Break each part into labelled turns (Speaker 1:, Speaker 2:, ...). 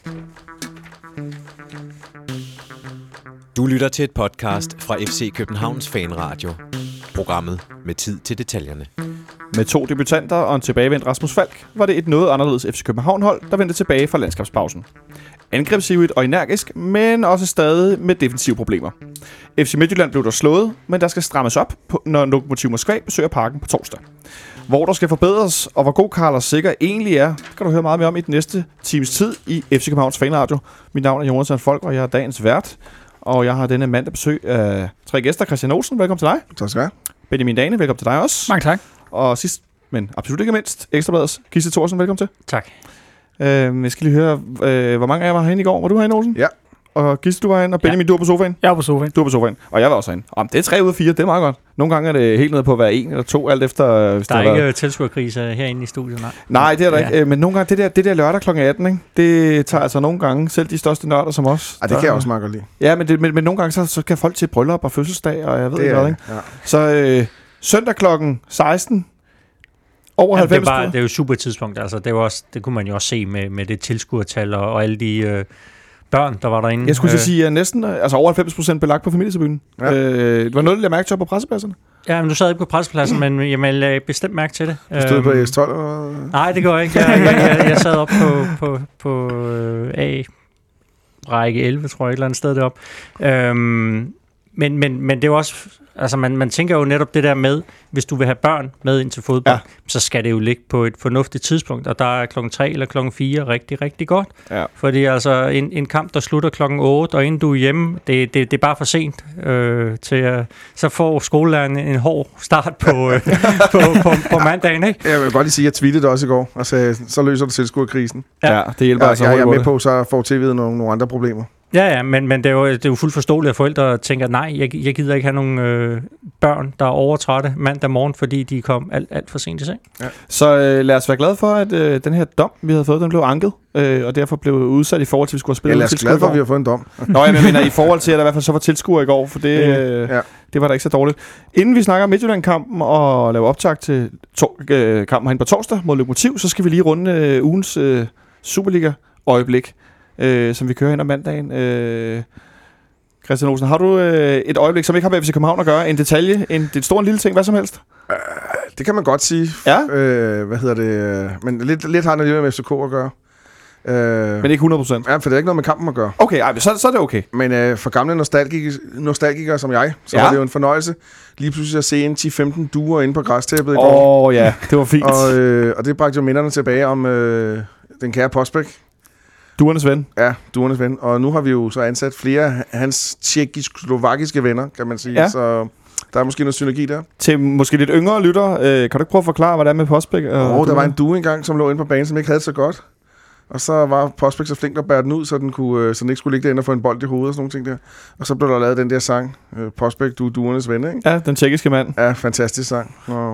Speaker 1: Du lytter til et podcast fra FC Københavns Fanradio. Programmet med tid til detaljerne.
Speaker 2: Med 2 debutanter og en tilbagevendt Rasmus Falk, var det et noget anderledes FC København-hold, der vendte tilbage fra landskabspausen. Angrebsivigt og energisk, men også stadig med defensive problemer. FC Midtjylland blev der slået, men der skal strammes op, når Lokomotiv Moskva besøger parken på torsdag. Hvor der skal forbedres, og hvor god Carlos Sikker egentlig er, kan du høre meget mere om i den næste times tid i FC Københavns Fanradio. Mit navn er Jonas Folk, og jeg er dagens vært. Og jeg har denne mandag besøg af 3 gæster. Christian Olsen, velkommen til dig.
Speaker 3: Tak skal du have.
Speaker 2: Benjamin Dane, velkommen til dig også.
Speaker 4: Mange tak.
Speaker 2: Og sidst, men absolut ikke mindst, Ekstrabladets Gisle Thorsen, velkommen til.
Speaker 4: Tak.
Speaker 2: Jeg skal lige høre, hvor mange af jer var herinde i går? Var du herinde, Olsen?
Speaker 3: Ja.
Speaker 2: Og Gisle, du var herinde, og Benjamin, du var på sofaen?
Speaker 4: Jeg var på sofaen.
Speaker 2: Du var på sofaen, og jeg var også herinde. Det er 3 ud af 4, det er meget godt. Nogle gange er det helt nede på at være 1 eller 2, alt efter...
Speaker 4: Der er ikke tilskuerkrise herinde i studiet, nej.
Speaker 2: Nej, det er der ikke. Men nogle gange, det der lørdag kl. 18, ikke? Det tager altså nogle gange, selv de største nørder som os.
Speaker 3: Det kan jeg også meget godt lide.
Speaker 2: Ja, men nogle gange, så kan folk til bryllup og fødselsdag, og jeg ved ikke hvad, ikke?
Speaker 3: Ja.
Speaker 2: Så søndag klokken 16... Over 90.
Speaker 4: Det er jo super tidspunkt. Altså, det kunne man jo også se med det tilskuertal og alle de børn, der var derinde.
Speaker 2: Jeg skulle sige, at næsten over 90% belagt på familietribunen. Ja. Det var noget, jeg mærke til på pressepladserne.
Speaker 4: Ja, men du sad ikke på pressepladsen, men jeg lagde bestemt mærke til det.
Speaker 3: Du stod på S12? Eller?
Speaker 4: Nej, det går ikke. Jeg sad op på A-række 11, tror jeg, et eller andet sted deroppe. Men det er jo også... Altså, man tænker jo netop det der med, hvis du vil have børn med ind til fodbold, så skal det jo ligge på et fornuftigt tidspunkt, og der er klokken 3 eller klokken 4 rigtig, rigtig godt. Ja. Fordi altså, en kamp, der slutter klokken 8, og inden du er hjemme, det er bare for sent til så får skolelæreren en hård start på mandagen, ikke?
Speaker 3: Jeg vil godt lige sige, at jeg tweetede det også i går, og sagde, så løser du tilskuerkrisen.
Speaker 2: Ja, det hjælper altså.
Speaker 3: Jeg er med på, så får TV'et nogle andre problemer.
Speaker 4: Ja, men det er jo fuldt forståeligt, at forældre tænker, nej, jeg gider ikke have nogle børn, der er overtrætte mandag morgen, fordi de kom alt for sent i seng. Ja.
Speaker 2: Så lad os være glade for, at den her dom, vi havde fået, den blev anket, og derfor blev udsat i forhold til, at vi skulle have spillet.
Speaker 3: Jeg er glad for, at vi har fået en dom.
Speaker 2: Nå, jeg mener i forhold til, at der i hvert fald så var tilskuere i går, for det var da ikke så dårligt. Inden vi snakker om Midtjylland-kampen og laver optag til kampen herinde på torsdag mod Lokomotiv, så skal vi lige runde ugens Superliga-øjeblik. Som vi kører hen om mandagen. Christian Olsen, har du et øjeblik, som ikke har med FC København at gøre? En detalje? En stor en lille ting? Hvad som helst?
Speaker 3: Det kan man godt sige.
Speaker 2: Ja?
Speaker 3: Men lidt har det med FCK at gøre.
Speaker 2: Men ikke 100%?
Speaker 3: Ja, for det er ikke noget med kampen at gøre.
Speaker 2: Okay, så er det okay.
Speaker 3: Men for gamle nostalgikere som jeg, så var det jo en fornøjelse lige pludselig at se en 10-15 duer inde på græstæppet i går.
Speaker 2: Ja, det var fint.
Speaker 3: Og det bragte jo minderne tilbage om den kære Postbæk.
Speaker 2: Duernes ven.
Speaker 3: Ja, duernes ven. Og nu har vi jo så ansat flere af hans tjekkisk-slovakiske venner, kan man sige. Ja. Så der er måske noget synergi der. Til
Speaker 2: måske lidt yngre lytter, kan du ikke prøve at forklare, hvad det er med Postbæk?
Speaker 3: Der var en due engang, som lå inde på banen, som ikke havde det så godt. Og så var Postbæk så flink at bære den ud, så den ikke skulle ligge derinde og få en bold i hovedet og sådan nogle ting der. Og så blev der lavet den der sang, Postbæk, du er duernes ven, ikke?
Speaker 2: Ja, den tjekkiske mand.
Speaker 3: Ja, fantastisk sang.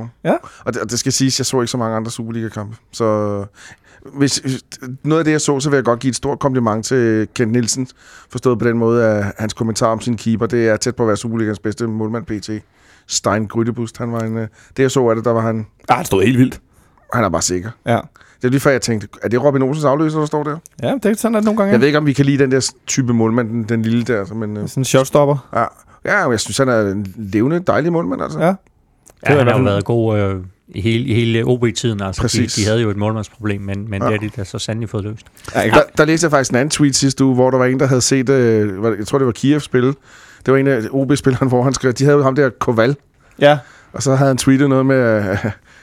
Speaker 3: Og det skal siges, jeg så ikke så mange andre Superliga-kampe. Så... Hvis noget af det, jeg så vil jeg godt give et stort kompliment til Kent Nielsen, forstået på den måde, at hans kommentar om sin keeper, det er tæt på at være Superligans bedste målmand PT. Stein Grydebust, han var det jeg så af det, der var han...
Speaker 2: Han stod helt vildt.
Speaker 3: Han er bare sikker.
Speaker 2: Ja.
Speaker 3: Det er lige før, jeg tænkte, er det Robin Olsens afløser, der står der?
Speaker 2: Ja, det er sådan, at nogle gange...
Speaker 3: Jeg ved ikke, om vi kan lide den der type målmand, den lille der. Men,
Speaker 2: sådan en shotstopper.
Speaker 3: Ja, jeg synes, han er en levende, dejlig målmand, altså.
Speaker 4: Ja, han har jo været god... I hele OB-tiden, altså. De havde jo et målmandsproblem, men det er de der så sandelig fået løst.
Speaker 3: Der læste jeg faktisk en anden tweet sidste uge, hvor der var en, der havde set, jeg tror det var Kiev spille. Det var en af OB-spillerne, hvor han skrev, de havde jo ham der Koval.
Speaker 2: Ja.
Speaker 3: Og så havde han tweetet noget med,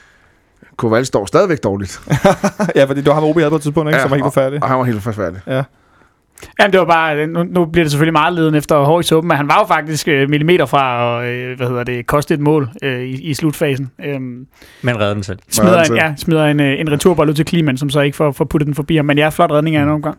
Speaker 3: Koval står stadigvæk dårligt.
Speaker 2: Ja, fordi det var ham OB havde på et tidspunkt, ikke? Som var helt forfærdig.
Speaker 3: Og han var helt forfærdig.
Speaker 2: Ja.
Speaker 5: Ja, det var bare, nu bliver det selvfølgelig meget leden efter hår i suppen, men han var jo faktisk millimeter fra at koste et mål i slutfasen.
Speaker 4: Men redder den selv.
Speaker 5: Smider en returbold ud til Kliman, som så ikke får puttet den forbi ham. Men ja, flot redning af en omgang.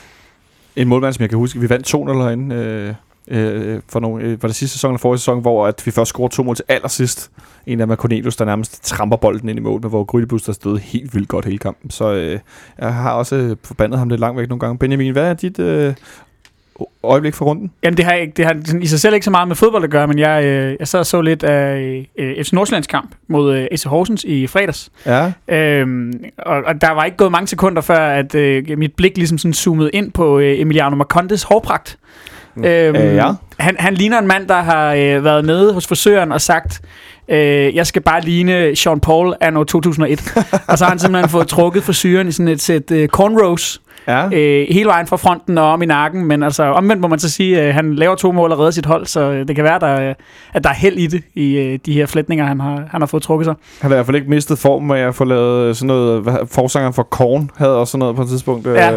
Speaker 2: En målmand, som jeg kan huske, vi vandt 2-0 herinde var det sidste sæson eller forrige sæson, hvor at vi først scorede 2 mål til allersidst. En af dem er Cornelius, der nærmest tramper bolden ind i mål, men hvor Grydebus der stod helt vildt godt hele kampen. Så jeg har også forbandet ham lidt langt væk nogle gange. Benjamin, hvad er dit øjeblik for runden?
Speaker 5: Jamen, det har i sig selv ikke så meget med fodbold at gøre, men jeg sad og så lidt af FC Nordsjællands kamp mod AC Horsens i fredags. Ja. Og der var ikke gået mange sekunder før, at mit blik ligesom sådan zoomede ind på Emiliano Marcondes hårpragt. Ja. Han ligner en mand, der har været nede hos frisøren og sagt, jeg skal bare ligne Sean Paul anno 2001. Og så har han simpelthen fået trukket frisyren i sådan et sæt cornrows. Ja. Hele vejen fra fronten og om i nakken, men altså omvendt må man så sige, at han laver 2 mål og redder sit hold, så det kan være, at der er held i det, i de her flætninger, han har fået trukket sig. Han
Speaker 2: har i hvert fald ikke mistet form af at få lavet sådan noget, forsangeren for Korn havde også sådan noget på et tidspunkt.
Speaker 5: Ja,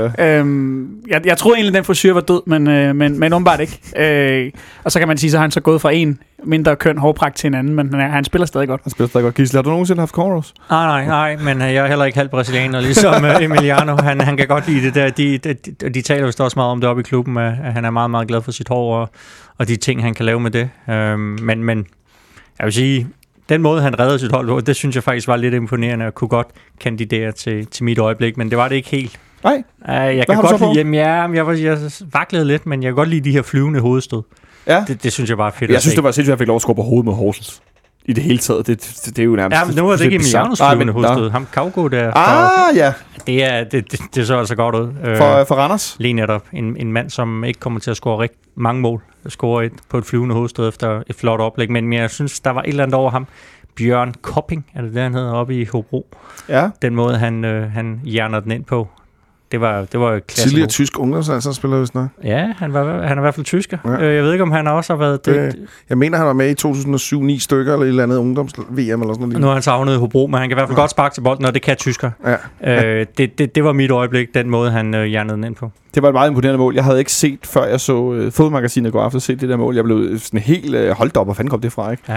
Speaker 5: jeg troede egentlig, at den frisyr var død, men åbenbart ikke. Og så kan man sige, så har han så gået fra en mindre køn hårpragt til en anden, men han spiller stadig godt.
Speaker 2: Han spiller stadig godt. Gisle, har du nogensinde haft cornrows?
Speaker 4: Nej, men jeg er heller ikke halv brasilianer, ligesom Emiliano. Han kan godt lide det der. De taler jo også meget om det oppe i klubben, at han er meget, meget glad for sit hår, og de ting, han kan lave med det. Men jeg vil sige, den måde, han redder sit hold, det synes jeg faktisk var lidt imponerende, og kunne godt kandidere til mit øjeblik, men det var det ikke helt.
Speaker 2: Nej.
Speaker 4: Jeg kan godt lide, jeg vaklede lidt, men jeg kan godt lide de her flyvende hovedstød. Ja. Det synes jeg bare er fedt.
Speaker 2: Jeg synes, det var sindssygt, at jeg fik lov at skrue på hovedet med Horsens. I det hele taget. Det er jo nærmest...
Speaker 4: Ja, men nu er det ikke Emilianos flyvende hovedstød. Ham Kauko der.
Speaker 2: Ja.
Speaker 4: Det så altså godt ud.
Speaker 2: For Randers?
Speaker 4: Lige netop. En mand, som ikke kommer til at score rigtig mange mål. Score på et flyvende hovedstød efter et flot oplæg. Men jeg synes, der var et eller andet over ham. Bjørn Kopping, er det han hedder, oppe i Hobro. Ja. Den måde, han hjerner den ind på. Det var klasse.
Speaker 3: Tidligere tysk ungdomslandsholdsspiller, hvis nok.
Speaker 4: Ja, han er i hvert fald tysker. Ja. Jeg ved ikke, om han også har været...
Speaker 3: Jeg mener, han var med i 2007 9 stykker, eller et eller andet ungdoms-VM, eller sådan noget.
Speaker 4: Nu har han savnet Hobro, men han kan i hvert fald godt sparke til bolden, og det kan tysker. Ja. Det var mit øjeblik, den måde, han hjernede den ind på.
Speaker 2: Det var et meget imponerende mål. Jeg havde ikke set, før jeg så Fodboldmagasinet gå aften, set det der mål. Jeg blev sådan helt holdt op, og fanden kom det fra, ikke?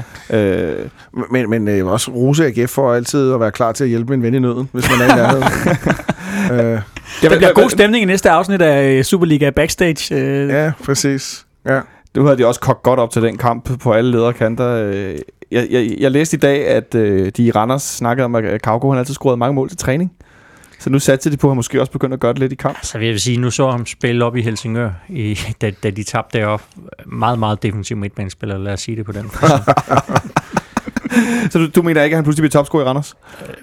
Speaker 3: Ja. Men også rose AGF for altid at være klar til at hjælpe en ven i nøden, hvis man er i nærheden.
Speaker 5: Det bliver god stemning i næste afsnit af Superliga Backstage.
Speaker 3: Ja, præcis. Ja.
Speaker 2: Nu havde de også kogt godt op til den kamp på alle lederkanter. Jeg læste i dag, at de i Randers snakkede om, at Kauko han altid scorede mange mål til træning. Så nu satte de på, at han måske også begyndte at gøre det lidt i kamp.
Speaker 4: Så vil jeg sige, nu så ham spille op i Helsingør, da de tabte deroppe. Meget, meget defensiv midtbanespiller, lad os sige det på den.
Speaker 2: Så du mener ikke, at han pludselig bliver topscorer i Randers?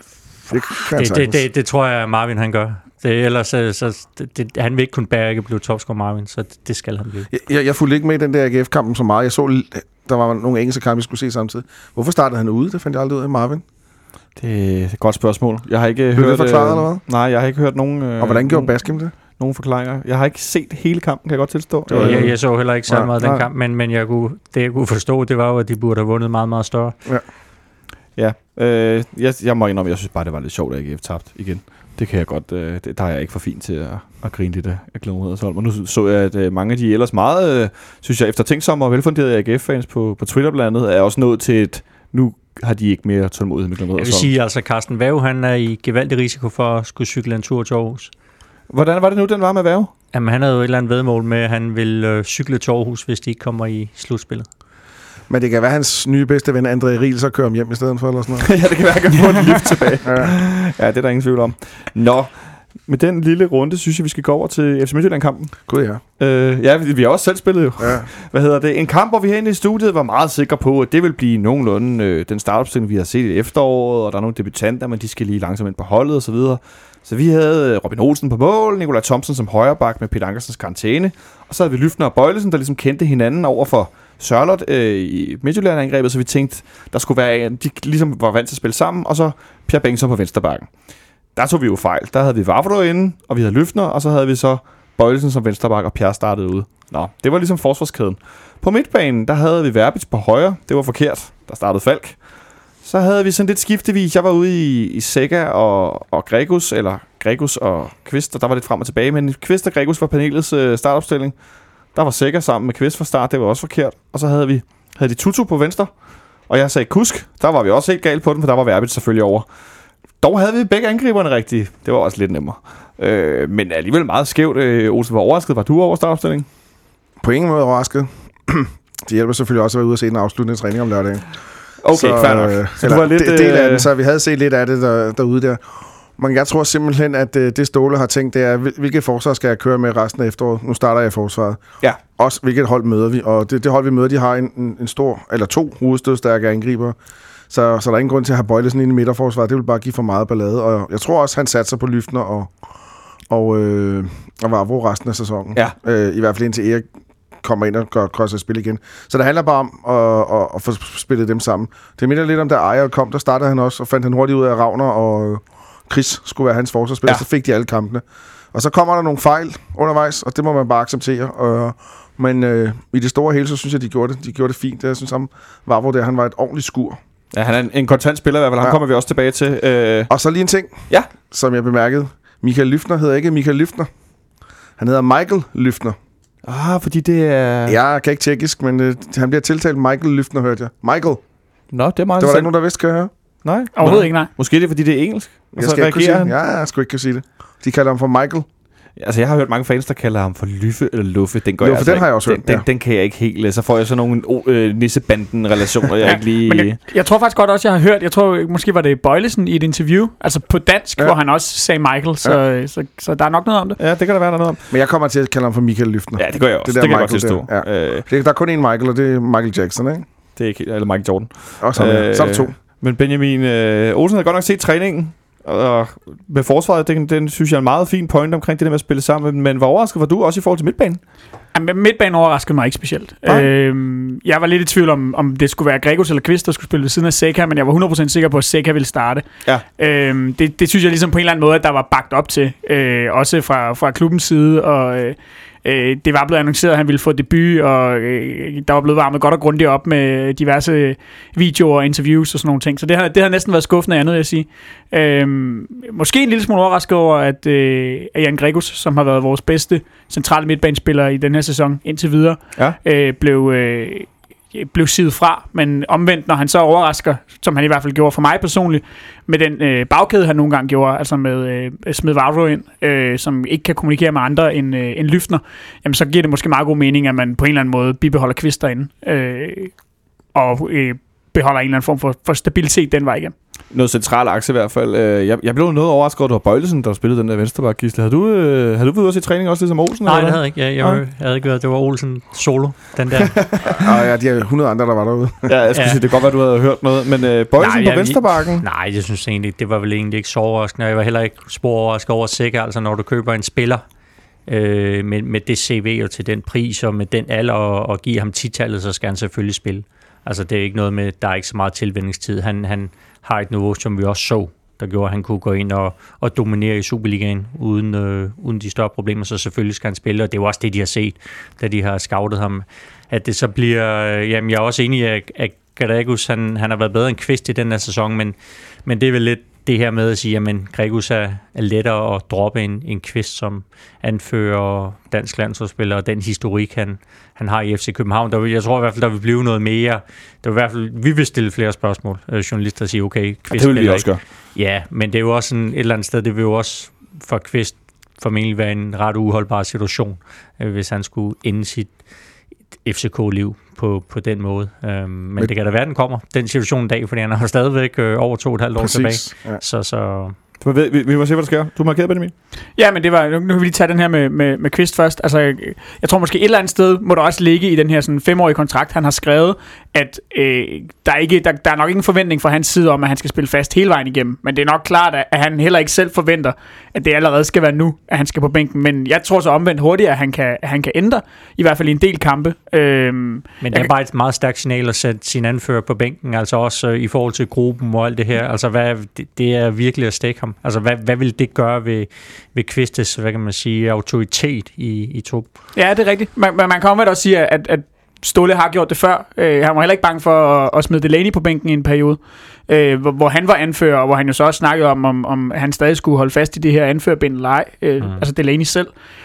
Speaker 4: Det tror jeg, Marvin han gør. Ellers han vil ikke kunne bære ikke blive topscorer Marvin, så det skal han blive.
Speaker 3: Jeg fulgte ikke med i den der AGF-kampen så meget. Jeg så, der var nogle engelske kampe, vi skulle se samtidig. Hvorfor startede han ude? Det fandt jeg aldrig ud af, Marvin.
Speaker 2: Det er et godt spørgsmål. Jeg har ikke hørt...
Speaker 3: det forklaret, eller hvad?
Speaker 2: Nej, jeg har ikke hørt nogen...
Speaker 3: og hvordan gjorde Baskim det?
Speaker 2: Nogle forklaringer. Jeg har ikke set hele kampen, kan jeg godt tilstå.
Speaker 4: Jeg så heller ikke så meget den kamp, men jeg kunne forstå, det var jo, at de burde have vundet meget, meget større.
Speaker 2: Ja. Jeg må indrømme, jeg synes bare, det var lidt sjovt, at AGF tabte igen. Det kan jeg godt. Der er jeg ikke for fint til at grine lidt af Glæderhedsholm. Og nu så jeg, at mange af de ellers meget, synes jeg, eftertænksomme og velfunderede AGF-fans på Twitter blandt andet, er også nået til et... Nu har de ikke mere tålmodighed med Glæderhedsholm.
Speaker 4: Jeg vil sige, altså Carsten Væv, han er i gevaldig risiko for at skulle cykle en tur til Aarhus.
Speaker 2: Hvordan var det nu, den var med Væv?
Speaker 4: Jamen, han havde jo et eller andet vedmål med, at han vil cykle til Aarhus, hvis de ikke kommer i slutspillet.
Speaker 3: Men det kan være, hans nye bedste ven, André Riel, så kører ham hjem i stedet for, eller sådan noget.
Speaker 2: Ja, det kan være, at han kan få en lift tilbage. Ja, det er der ingen tvivl om. Nå, med den lille runde, synes jeg, vi skal gå over til FC Midtjylland-kampen.
Speaker 3: Gud, ja.
Speaker 2: Vi har også selv spillet jo. Ja. En kamp, hvor vi herinde i studiet var meget sikre på, at det vil blive nogenlunde den startopstilling, vi har set i efteråret, og der er nogle debutanter, men de skal lige langsomt ind på holdet og så videre. Så vi havde Robin Olsen på mål, Nikolaj Thomsen som højreback med Peter Ankersens karantæne, og så havde vi Lyftner og Bøjlesen, der ligesom kendte hinanden over for Sørloth i Midtjylland-angrebet, så vi tænkte, der skulle være de ligesom var vant til at spille sammen, og så Pierre Bengtsson på venstrebacken. Der tog vi jo fejl. Der havde vi Vavro inde, og vi havde Lyftner, og så havde vi så Bøjlesen som venstreback, og Pierre startede ude. Nå, det var ligesom forsvarskæden. På midtbanen, der havde vi Verbitz på højre. Det var forkert. Der startede Falk. Så havde vi sådan lidt skiftevis. Jeg var ude i Sega og Gregus, eller Gregus og Kvist, og der var lidt frem og tilbage. Men Kvist og Gregus var panelets startopstilling. Der var Sega sammen med Kvist fra start. Det var også forkert. Og så havde de Tutu på venstre. Og jeg sagde Kusk. Der var vi også helt galt på den, for der var Verbitz selvfølgelig over. Dog havde vi begge angriberne rigtigt. Det var også lidt nemmere. Men alligevel meget skævt. Olsen var overrasket. Var du over startopstillingen?
Speaker 3: På ingen måde overrasket. Det hjælper selvfølgelig også at være ude og se en afsluttende træning om lørdagen.
Speaker 2: Okay, fair nok.
Speaker 3: Så du var lidt... Del af den, så vi havde set lidt af det derude der. Men jeg tror simpelthen, at det Ståle har tænkt, det er, hvilket forsvar skal jeg køre med resten af efteråret? Nu starter jeg i forsvaret.
Speaker 2: Ja.
Speaker 3: Også hvilket hold møder vi? Og det hold, vi møder, de har en stor, eller 2 hovedstødstærke angriber. Så der er ingen grund til at have Bøjlesen ind i midterforsvaret. Det vil bare give for meget ballade. Og jeg tror også, han satser på Lyftner og Vavro resten af sæsonen.
Speaker 2: Ja.
Speaker 3: I hvert fald indtil Erik kommer ind og gør sig spil igen. Så det handler bare om at få spillet dem sammen. Det minder lidt om, da Ejl kom, der startede han også, og fandt han hurtigt ud af Ragnar, og Chris skulle være hans forsvarsspiller, så fik de alle kampene. Og så kommer der nogle fejl undervejs, og det må man bare acceptere. Men i det store hele, så synes jeg, de gjorde det fint. Jeg synes, Vavro der, han var et ordentligt skur.
Speaker 2: Ja, han er en kontant spiller i hvert fald. Han kommer vi også tilbage til.
Speaker 3: Og så lige en ting, som jeg bemærkede. Michael Lyftner hedder ikke Michael Lyftner. Han hedder Michael Lyftner.
Speaker 2: Fordi det er...
Speaker 3: Jeg kan ikke tjekkisk, men han bliver tiltalt Michael Lyftner, hørte jeg. Michael.
Speaker 2: Nå, det er meget...
Speaker 3: Det var der ikke nogen, der vidste, kan jeg høre?
Speaker 2: Nej.
Speaker 5: Overhovedet ikke, nej.
Speaker 2: Måske det er, fordi det er engelsk.
Speaker 3: Jeg skal ikke kunne sige det. Jeg skulle ikke kunne sige det. De kalder ham for Michael.
Speaker 2: Altså, jeg har hørt mange fans, der kalder ham for Lyffe eller Luffe. Den går
Speaker 3: den har jeg også hørt.
Speaker 2: Den kan jeg ikke helt. Så får jeg sådan nogle nissebanden-relationer, jeg ikke lige...
Speaker 5: Men jeg tror faktisk godt også, jeg har hørt... Jeg tror, måske var det Bøjlesen i et interview, altså på dansk, hvor han også sagde Michael. Så der er nok noget om det.
Speaker 2: Ja, det kan der være noget om.
Speaker 3: Men jeg kommer til at kalde ham for Michael Lyftner.
Speaker 2: Ja, det gør jeg også. Det kan jeg godt tilstå.
Speaker 3: Der er kun én Michael, og det er Michael Jackson, ikke?
Speaker 2: Det er ikke helt... Eller Michael Jordan.
Speaker 3: Og så er der 2.
Speaker 2: Men Benjamin Olsen havde godt nok set træningen. Og med forsvaret, den synes jeg er en meget fin point omkring det der med at spille sammen. Men hvor overrasket var du også i forhold til midtbanen?
Speaker 5: Jamen, midtbanen overraskede mig ikke specielt. Jeg var lidt i tvivl om det skulle være Gregos eller Kvist, der skulle spille ved siden af Seca, men jeg var 100% sikker på, at Seca ville starte.
Speaker 2: Ja.
Speaker 5: Det synes jeg ligesom på en eller anden måde, at der var bagt op til. Også fra klubbens side, og... det var blevet annonceret, at han ville få debut, og der var blevet varmet godt og grundigt op med diverse videoer og interviews og sådan nogle ting. Så det har næsten været skuffende andet, vil jeg sige. Måske en lille smule overrasket over, at Jan Gregus, som har været vores bedste centrale midtbanespiller i den her sæson indtil videre, blev sidet fra, men omvendt, når han så overrasker, som han i hvert fald gjorde for mig personligt, med den bagkæde, han nogle gange gjorde, altså med smed Vavro ind, som ikke kan kommunikere med andre end Lyftner, jamen så giver det måske meget god mening, at man på en eller anden måde bibeholder Kvist derinde, og beholder en eller anden form for stabilitet den vej igen.
Speaker 2: Noget central akse i hvert fald. Jeg blev noget overrasket over, at det var Bøjlesen, der spillede den der venstreback, Gisle. Havde du været ude at se træning også ligesom Olsen?
Speaker 4: Nej, det havde jeg ikke. Jeg havde ikke været. Det var Olsen solo, den der.
Speaker 3: Ja, de er 100 andre, der var derude.
Speaker 2: Ja, jeg skulle sige, det kan godt være, du havde hørt noget. Men Bøjlesen på venstrebacken?
Speaker 4: Nej, jeg synes egentlig, det var vel egentlig ikke så overraskende. Jeg var heller ikke spor overrasket over Seca, altså når du køber en spiller med det CV og til den pris og med den alder og giver ham 10-tallet, så skal han selvfølgelig spille. Altså det er ikke noget med, der er ikke så meget tilvændingstid. Han har et niveau, som vi også så, der gjorde, at han kunne gå ind og dominere i Superligaen uden de større problemer, så selvfølgelig skal han spille, og det er jo også det, de har set, da de har scoutet ham. At det så bliver... Jamen, jeg er også enig i, at Gregus, han har været bedre end Kvist i den her sæson, men det er vel lidt det her med at sige, at Gregus er lettere at droppe en Kvist som anfører dansk landsholdsspiller, og den historik, han har i FC København. Jeg tror i hvert fald, der vil blive noget mere. Der vil i hvert fald, vi vil stille flere spørgsmål. Journalister siger, okay, Kvist
Speaker 2: det vil vi også gøre.
Speaker 4: Ja, men det er jo også et eller andet sted, det vil jo også for Kvist formentlig være en ret uholdbar situation, hvis han skulle ende sit FCK-liv på den måde. Men det kan da være, den kommer, den situation en dag, fordi han har stadigvæk over 2,5 år tilbage. Ja. Så
Speaker 2: vi må se, hvad der sker. Du markerede, Benjamin?
Speaker 5: Ja, men det var, nu kan vi lige tage den her med Kvist først. Altså, jeg tror måske et eller andet sted må der også ligge i den her sådan 5-årige kontrakt, han har skrevet, at der er nok ingen forventning fra hans side om, at han skal spille fast hele vejen igennem. Men det er nok klart, at han heller ikke selv forventer, at det allerede skal være nu, at han skal på bænken. Men jeg tror så omvendt hurtigt, at han kan ændre, i hvert fald i en del kampe.
Speaker 4: Men det er bare et meget stærkt signal at sætte sin anfører på bænken, altså også i forhold til gruppen og alt det her. Altså, det er virkelig at stikke ham. Altså, hvad vil det gøre ved Kvistes, hvad kan man sige, autoritet i trup? Ja,
Speaker 5: det er rigtigt. Man kan omvendt også sige, at Ståle har gjort det før. Han var heller ikke bange for at smide Delaney på bænken i en periode, hvor han var anfører, og hvor han jo så også snakkede om han stadig skulle holde fast i det her anførbind eller ej. Altså Delaney selv.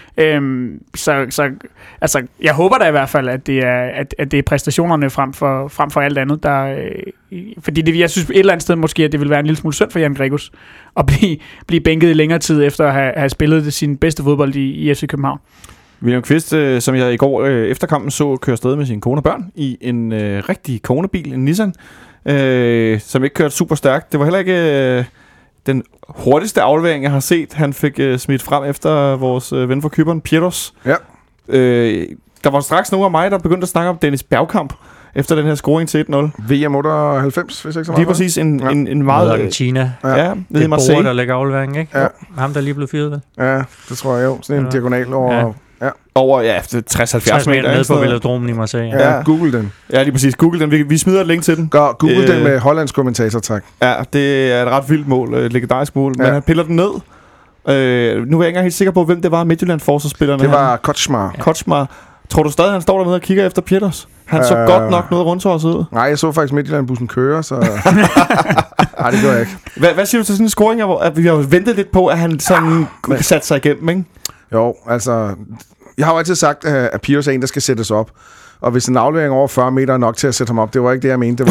Speaker 5: Så altså, jeg håber da i hvert fald, at det er præstationerne frem for alt andet, fordi jeg synes et eller andet sted måske, at det vil være en lille smule synd for Jan Gregus at blive bænket i længere tid efter at have spillet sin bedste fodbold i FC København.
Speaker 2: William Kvist, som jeg i går efter kampen så køre afsted med sine kone og børn i en rigtig konebil, en Nissan, som ikke kørte super stærkt. Det var heller ikke den hurtigste aflevering, jeg har set. Han fik smidt frem efter vores ven fra Cypern, Pietos.
Speaker 3: Ja.
Speaker 2: Der var straks nogen af mig, der begyndte at snakke om Dennis Bergkamp efter den her scoring til 1-0.
Speaker 3: VM 98, hvis ikke så meget.
Speaker 2: Lige præcis en meget...
Speaker 4: Argentina.
Speaker 2: Ja,
Speaker 4: det er Borre, der lægger afleveringen, ikke?
Speaker 3: Ja.
Speaker 4: Ham, der lige blev fyret, vel?
Speaker 3: Ja, det tror jeg jo. Sådan en diagonal over...
Speaker 2: Ja. Over 60-70 meter.
Speaker 4: Nede på velodromen i Marseille.
Speaker 3: Ja, Google den.
Speaker 2: Ja, lige præcis. Google den. Vi smider et link til den.
Speaker 3: Google den med hollandsk kommentator, tak.
Speaker 2: Ja, det er et ret vildt mål. Et legendarisk mål. Men han piller den ned. Nu er jeg ikke engang helt sikker på, hvem det var Midtjylland-forsvarsspillerne.
Speaker 3: Det var Kotschmar.
Speaker 2: Kotschmar. Tror du stadig, han står dernede og kigger efter Pietos? Han så godt nok noget rundt os ud.
Speaker 3: Nej, jeg så faktisk Midtjylland-bussen køre, så... Nej, det gør jeg ikke.
Speaker 2: Hvad siger du til sådan en scoring, at vi har ventet lidt på, at han sådan kunne sætte sig igennem, ikke?
Speaker 3: Jo, altså... Jeg har jo altid sagt, at Pietos er en, der skal sættes op. Og hvis en aflevering over 40 meter er nok til at sætte ham op, det var ikke det, jeg mente.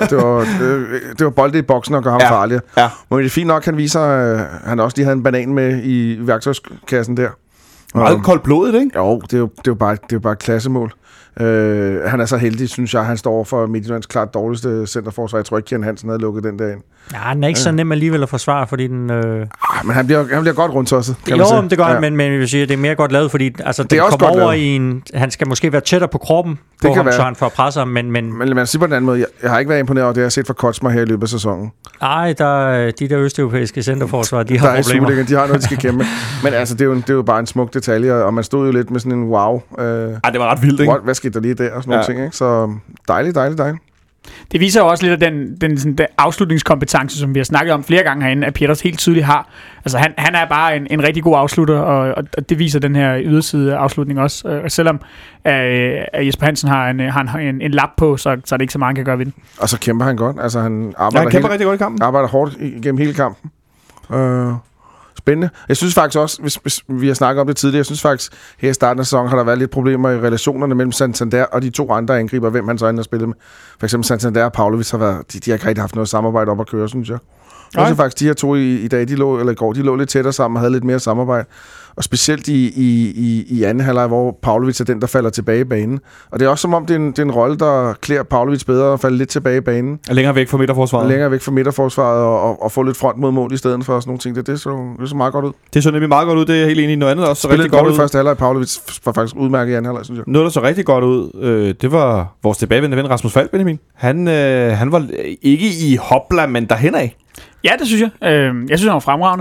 Speaker 3: Det var bolde i boksen og gøre ham farlig. Ja. Men det er fint nok, han viser, at han også lige havde en banan med i værktøjskassen der.
Speaker 2: Meget koldt blodet, ikke?
Speaker 3: Jo, det er jo bare et klassemål. Han er så heldig, synes jeg. Han står for Midtjyllands klart dårligste centerforsvar. Jeg tror ikke, Kian Hansen havde lukket den der ind.
Speaker 4: Ja, den er ikke så nem alligevel at forsvare, fordi den...
Speaker 3: Men han bliver godt rundtosset, kan
Speaker 4: man
Speaker 3: sige.
Speaker 4: Jo, det gør han, men jeg vil sige, at det er mere godt lavet, fordi altså, det kommer over lavet. I en... Han skal måske være tættere på kroppen, på ham, så han får presser, men man
Speaker 3: siger på den anden måde, jeg har ikke været imponeret over det, jeg har set fra Kotschmar her i løbet af sæsonen.
Speaker 4: Nej, de der østeuropæiske centerforsvar, de har problemer.
Speaker 3: De har noget, de skal kæmpe. Men altså, det er jo bare en smuk detalje, og man stod jo lidt med sådan en wow.
Speaker 2: Det var ret vildt, ikke?
Speaker 3: Hvad skete der lige der, og sådan nogle ting, ikke? Så dejligt.
Speaker 5: Det viser jo også lidt af den afslutningskompetence, som vi har snakket om flere gange herinde, at Pietos helt tydeligt har. Altså han er bare en rigtig god afslutter, og det viser den her yderside afslutning også. Og selvom Jesper Hansen har en lap på, så er det ikke så meget, han kan gøre ved den.
Speaker 3: Og så kæmper han godt. Altså han
Speaker 2: kæmper rigtig godt i kampen.
Speaker 3: Arbejder hårdt gennem hele kampen. Spændende. Jeg synes faktisk også, hvis vi har snakket om det tidligere, jeg synes faktisk, her i starten af sæsonen har der været lidt problemer i relationerne mellem Santander og de to andre angriber, hvem han så har spillet med. For eksempel Santander og Pavlovic har været, de har ikke rigtig haft noget samarbejde op at køre, synes jeg. Jeg synes faktisk, de her to i dag, de lå lidt tættere sammen og havde lidt mere samarbejde. Og specielt i anden halvleg, hvor Pavlovic er den, der falder tilbage i banen. Og det er også som om, det er en rolle, der klæder Pavlovic bedre at falde lidt tilbage i banen.
Speaker 2: Længere væk fra midterforsvaret. Og få lidt front mod mål i stedet for sådan nogle ting. Det så meget godt ud. Det så nemlig meget godt ud. Det er helt enig i. Noget andet også så rigtig
Speaker 3: godt ud. Første halvleg, Pavlovic var faktisk udmærket i anden halvleg, synes jeg.
Speaker 2: Noget, der så rigtig godt ud, det var vores tilbagevendende ven Rasmus Falk, Benjamin. Han var ikke i hopla, men derhen af.
Speaker 5: Ja, det synes jeg. Jeg synes, han var fremragende.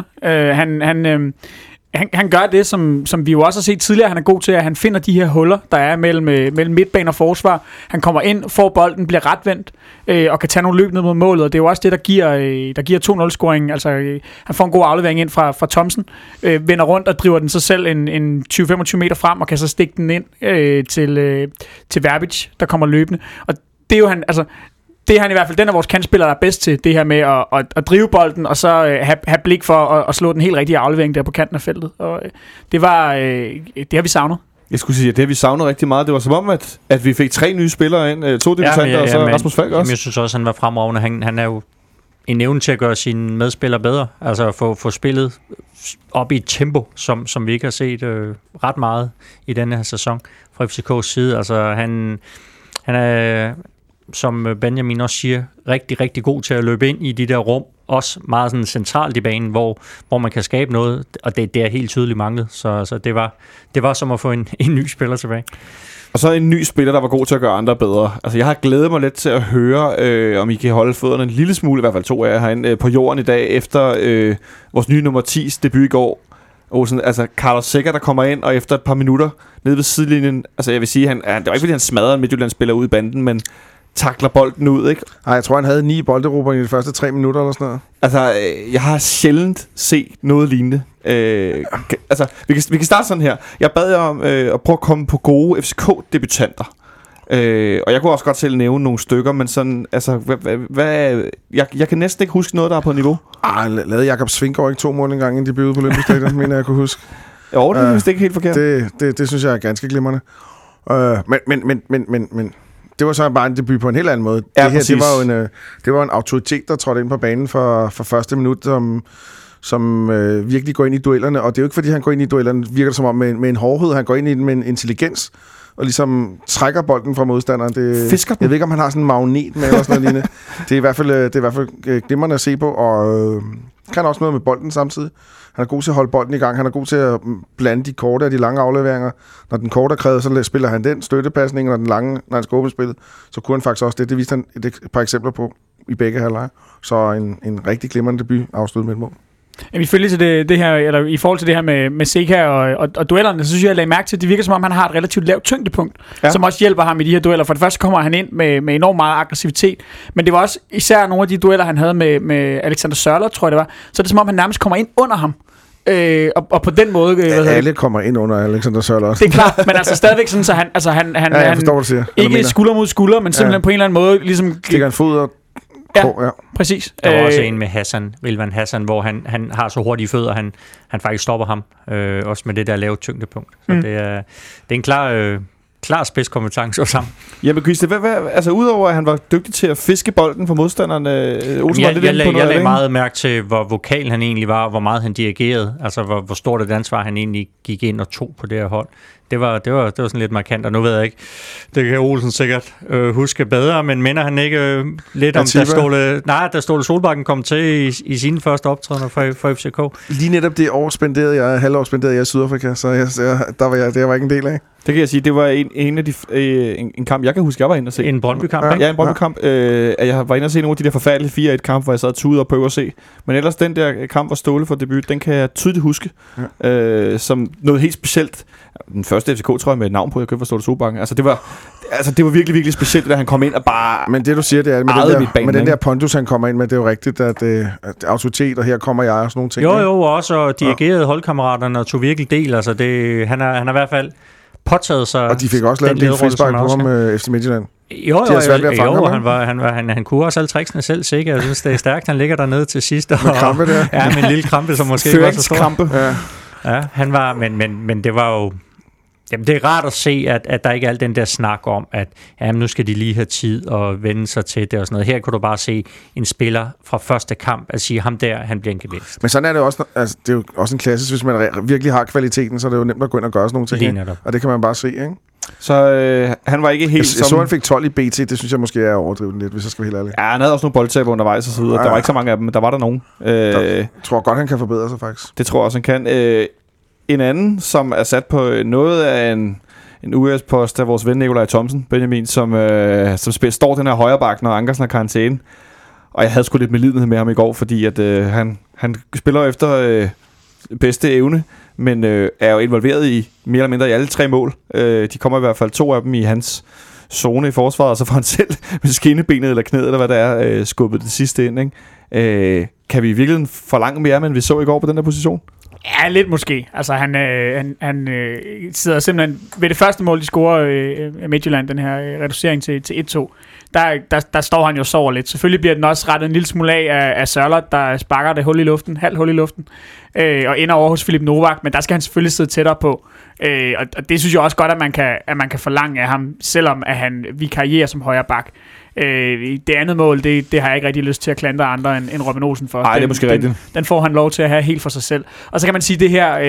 Speaker 5: Han gør det, som vi jo også har set tidligere, han er god til, at han finder de her huller, der er mellem midtbane og forsvar. Han kommer ind, får bolden, bliver retvendt og kan tage nogle løb ned mod målet, og det er jo også det, der giver 2-0-scoringen. Altså, han får en god aflevering ind fra Thomsen, vender rundt og driver den sig selv en 20-25 meter frem, og kan så stikke den ind til Verbic, der kommer løbende. Og det er jo det er han i hvert fald, den af vores kantspillere, der er bedst til, det her med at drive bolden, og så have blik for at slå den helt rigtige aflevering der på kanten af feltet. Og det har vi savnet.
Speaker 2: Jeg skulle sige, at det har vi savnet rigtig meget. Det var som om, at vi fik 3 nye spillere ind, 2 debutanter, og så Rasmus Falk også.
Speaker 4: Jeg synes også, han var fremragende. Han er jo en evne til at gøre sine medspillere bedre. Altså at få spillet op i et tempo, som vi ikke har set ret meget i denne her sæson fra FCK's side. Altså han er, som Benjamin også siger, rigtig, rigtig god til at løbe ind i de der rum. Også meget sådan centralt i banen, hvor man kan skabe noget, og det er helt tydeligt manglet. Så det var som at få en ny spiller tilbage.
Speaker 2: Og så en ny spiller, der var god til at gøre andre bedre. Altså, jeg har glædet mig lidt til at høre, om I kan holde fødderne en lille smule, i hvert fald 2 af jer herinde, på jorden i dag, efter vores nye nummer 10's debut i går. Altså, Carlos Sækker, der kommer ind, og efter et par minutter nede ved sidelinjen, altså jeg vil sige, det var ikke fordi, han smadrede en Midtjylland-spiller ud i banden, men takler bolden ud, ikke?
Speaker 3: Nej, jeg tror, han havde 9 bolderober i de første 3 minutter eller sådan noget.
Speaker 2: Altså, jeg har sjældent set noget lignende. Altså, vi kan starte sådan her. Jeg bad jer om at prøve at komme på gode FCK-debutanter. Og jeg kunne også godt selv nævne nogle stykker, men sådan, altså, jeg kan næsten ikke huske noget, der er på niveau.
Speaker 3: Lavede Jakob Svingaard ikke 2 mål engang, inden de blev ude på Olympisk Stadion, mener jeg kunne huske.
Speaker 2: Jo, det er vist ikke helt forkert.
Speaker 3: Det synes jeg er ganske glimrende. Men det var så bare en debut på en helt anden måde.
Speaker 2: Ja,
Speaker 3: det her, det var en autoritet, der trådte ind på banen for første minut, som virkelig går ind i duellerne. Og det er jo ikke, fordi han går ind i duellerne, virker det som om med en hårdhed. Han går ind i den med en intelligens, og ligesom trækker bolden fra modstanderen.
Speaker 2: Fisker den.
Speaker 3: Jeg ved ikke, om han har sådan en magnet med eller sådan noget lignende. Det er i hvert fald glimrende at se på, og kan også noget med bolden samtidig. Han er god til at holde bolden i gang. Han er god til at blande de korte og de lange afleveringer. Når den korte er krævet, så spiller han den støttepasning, og den lange, når han skal åbne spillet, så kunne han faktisk også det. Det viste han et par eksempler på i begge halvleje. Så en rigtig glimrende debut afsluttet med et mål.
Speaker 5: I forhold til det her med Seca og duellerne, så synes jeg lagde mærke til, at det virker som om, han har et relativt lavt tyngdepunkt, som også hjælper ham i de her dueller. For det første kommer han ind med enormt meget aggressivitet, men det var også især nogle af de dueller, han havde med Alexander Sørloth, tror jeg det var, så er det som om, han nærmest kommer ind under ham. Og på den måde...
Speaker 3: alle kommer ind under Alexander Sørloth.
Speaker 5: Det er klart, men altså stadigvæk sådan, så han
Speaker 3: forstår,
Speaker 5: ikke skulder mod skulder, men simpelthen på en eller anden måde ligesom...
Speaker 3: Stikker en fod og...
Speaker 5: Ja, præcis.
Speaker 4: Der var også en med Wilvan Hassan, hvor han har så hurtige fødder, han faktisk stopper ham, også med det der lave tyngdepunkt. Så det er en klar spidskompetence også sammen.
Speaker 2: Jamen, Christian, altså udover at han var dygtig til at fiske bolden for modstanderne,
Speaker 4: jeg lagde meget mærke til, hvor vokal han egentlig var, og hvor meget han dirigerede, altså hvor stort et ansvar han egentlig gik ind og tog på det her hold. Det var sådan lidt markant, og nu ved jeg ikke, det kan Olsen sikkert huske bedre, men minder han ikke lidt om, da Ståle Solbakken kom til i sine første optrædener for FCK?
Speaker 3: Lige netop det år halvår spenderede jeg i Sydafrika, så det var ikke en del af.
Speaker 2: Det kan jeg sige, det var en kamp, jeg kan huske, jeg var inde og se.
Speaker 4: En Brøndby-kamp, ikke?
Speaker 2: Ja, en Brøndby-kamp. Jeg var inde og se nogle af de der forfærdelige 4-1-kamp, hvor jeg sad tudet og prøvede at se. Men ellers den der kamp, hvor Ståle for debut, den kan jeg tydeligt huske. Som noget helt specielt. Den første FCK-trøje med et navn på, jeg købte for Ståle Solbakken. Altså, det var virkelig, virkelig specielt, da han kom ind og bare...
Speaker 3: Men det, du siger, det er, med den der pondus, han kommer ind med, det er jo rigtigt, at autoritet, og her kommer jeg og sådan nogle ting.
Speaker 4: Jo, også dirigerede holdkammeraterne og tog virkelig del. Altså, han har i hvert fald påtaget sig...
Speaker 3: Og de fik også lavet en del frispark på ham med FC Midtjylland.
Speaker 4: Jo, han kunne også alle tricksene selv, sikkert. Jeg synes, det er stærkt, han ligger dernede til sidst.
Speaker 3: Med krampe der.
Speaker 4: Ja, med en lille krampe, som måske ikke var så stor.
Speaker 3: Ja,
Speaker 4: han var, men det var jo... Jamen, det er rart at se, at der ikke er al den der snak om, at nu skal de lige have tid og vende sig til det og sådan noget. Her kunne du bare se en spiller fra første kamp at sige, ham der, han bliver en gevinst.
Speaker 3: Men sådan er det også, altså, det er jo også en klasse, hvis man virkelig har kvaliteten, så er det jo nemt at gå ind og gøre sådan nogle ting. Og det kan man bare se, ikke?
Speaker 2: Så han var ikke helt
Speaker 3: jeg så han fik 12 i BT, det synes jeg måske er overdrevet lidt, hvis jeg skal være helt ærlig.
Speaker 2: Ja, han havde også nogle boldtaber undervejs og så videre. Der var ikke så mange af dem, men der var der nogen.
Speaker 3: Jeg tror godt, han kan forbedre sig faktisk.
Speaker 2: Det tror jeg også, han kan. En anden, som er sat på noget af en US-post af vores ven Nikolaj Thomsen, Benjamin, som står den her højre bak, når Ankersen har karantæne. Og jeg havde sgu lidt medlidenhed med ham i går, fordi at, han spiller efter bedste evne, men er jo involveret i mere eller mindre i alle 3 mål. De kommer i hvert fald 2 af dem i hans zone i forsvaret, og så får han selv med skinnebenet eller knæet, eller hvad det er, skubbet det sidste ind. Ikke? Kan vi virkelig forlange mere, end vi så i går på den der position?
Speaker 5: Ja, lidt måske. Altså, han sidder simpelthen... Ved det første mål, de scorer Midtjylland, den her reducering til 1-2, der står han jo og sover lidt. Selvfølgelig bliver den også rettet en lille smule af Sørloth, der sparker det halvt hul i luften, og ender over hos Filip Novak, men der skal han selvfølgelig sidde tættere på. Og det synes jeg også godt, at man kan forlange af ham, selvom at han vikarierer som højre bak. Det andet mål, det har jeg ikke rigtig lyst til at klandre andre end Robin Olsen for.
Speaker 2: Nej, det er måske rigtigt.
Speaker 5: Den får han lov til at have helt for sig selv. Og så kan man sige,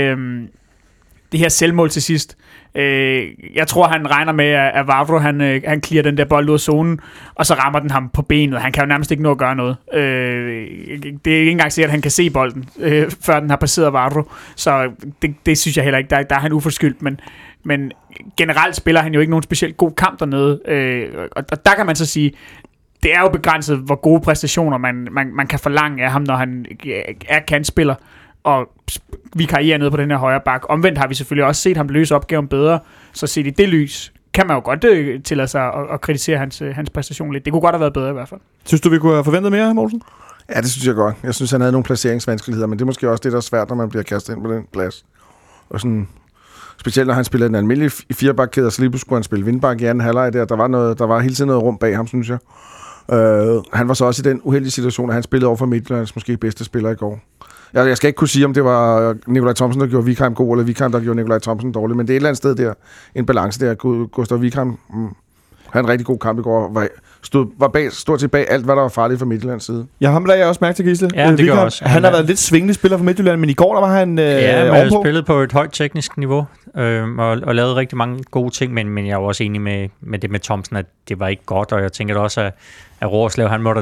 Speaker 5: det her selvmål til sidst. Jeg tror, han regner med, at Vavro, han clear den der bold ud af zonen, og så rammer den ham på benet. Han kan jo nærmest ikke nå at gøre noget. Det er ikke engang sikkert, at han kan se bolden, før den har passeret Vavro. Så det synes jeg heller ikke. Der er han uforskyldt, men generelt spiller han jo ikke nogen specielt god kamp dernede. Og der kan man så sige, det er jo begrænset, hvor gode præstationer man kan forlange af ham, når han er kantspiller og vikarierer nede på den her højre bak. Omvendt har vi selvfølgelig også set ham løse opgaven bedre, så set i det lys kan man jo godt tillade sig at kritisere hans præstation lidt. Det kunne godt have været bedre i hvert fald.
Speaker 2: Synes du, vi kunne have forventet mere, Mogensen?
Speaker 3: Ja, det synes jeg godt. Jeg synes, han havde nogle placeringsvanskeligheder, men det er måske også det, der er svært, når man bliver kastet ind på den plads. Og sådan, specielt når han spillede den almindelige 4-bakkæde, så lige skulle han spille vindbak i anden halvleg der. Der var hele tiden noget rum bag ham, synes jeg. Han var så også i den uheldige situation, at han spillede over for Midtjyllands måske bedste spiller i går. Jeg skal ikke kunne sige, om det var Nikolaj Thomsen, der gjorde Wikheim god, eller Wikheim, der gjorde Nikolaj Thomsen dårlig, men det er et eller andet sted der, en balance der. Gustav Wikheim havde en rigtig god kamp i går, var stort set bag alt, hvad der var farligt fra Midtjyllands side.
Speaker 2: Ja, ham lagde jeg også mærke til, Gisle.
Speaker 4: Ja, det gør også.
Speaker 2: Han har været lidt svingende spiller for Midtjylland, men i går der var han
Speaker 4: han spillet på et højt teknisk niveau, og lavet rigtig mange gode ting, men jeg er også enig med det med Thomsen, at det var ikke godt, og jeg tænker da også, at Roerslev, han må da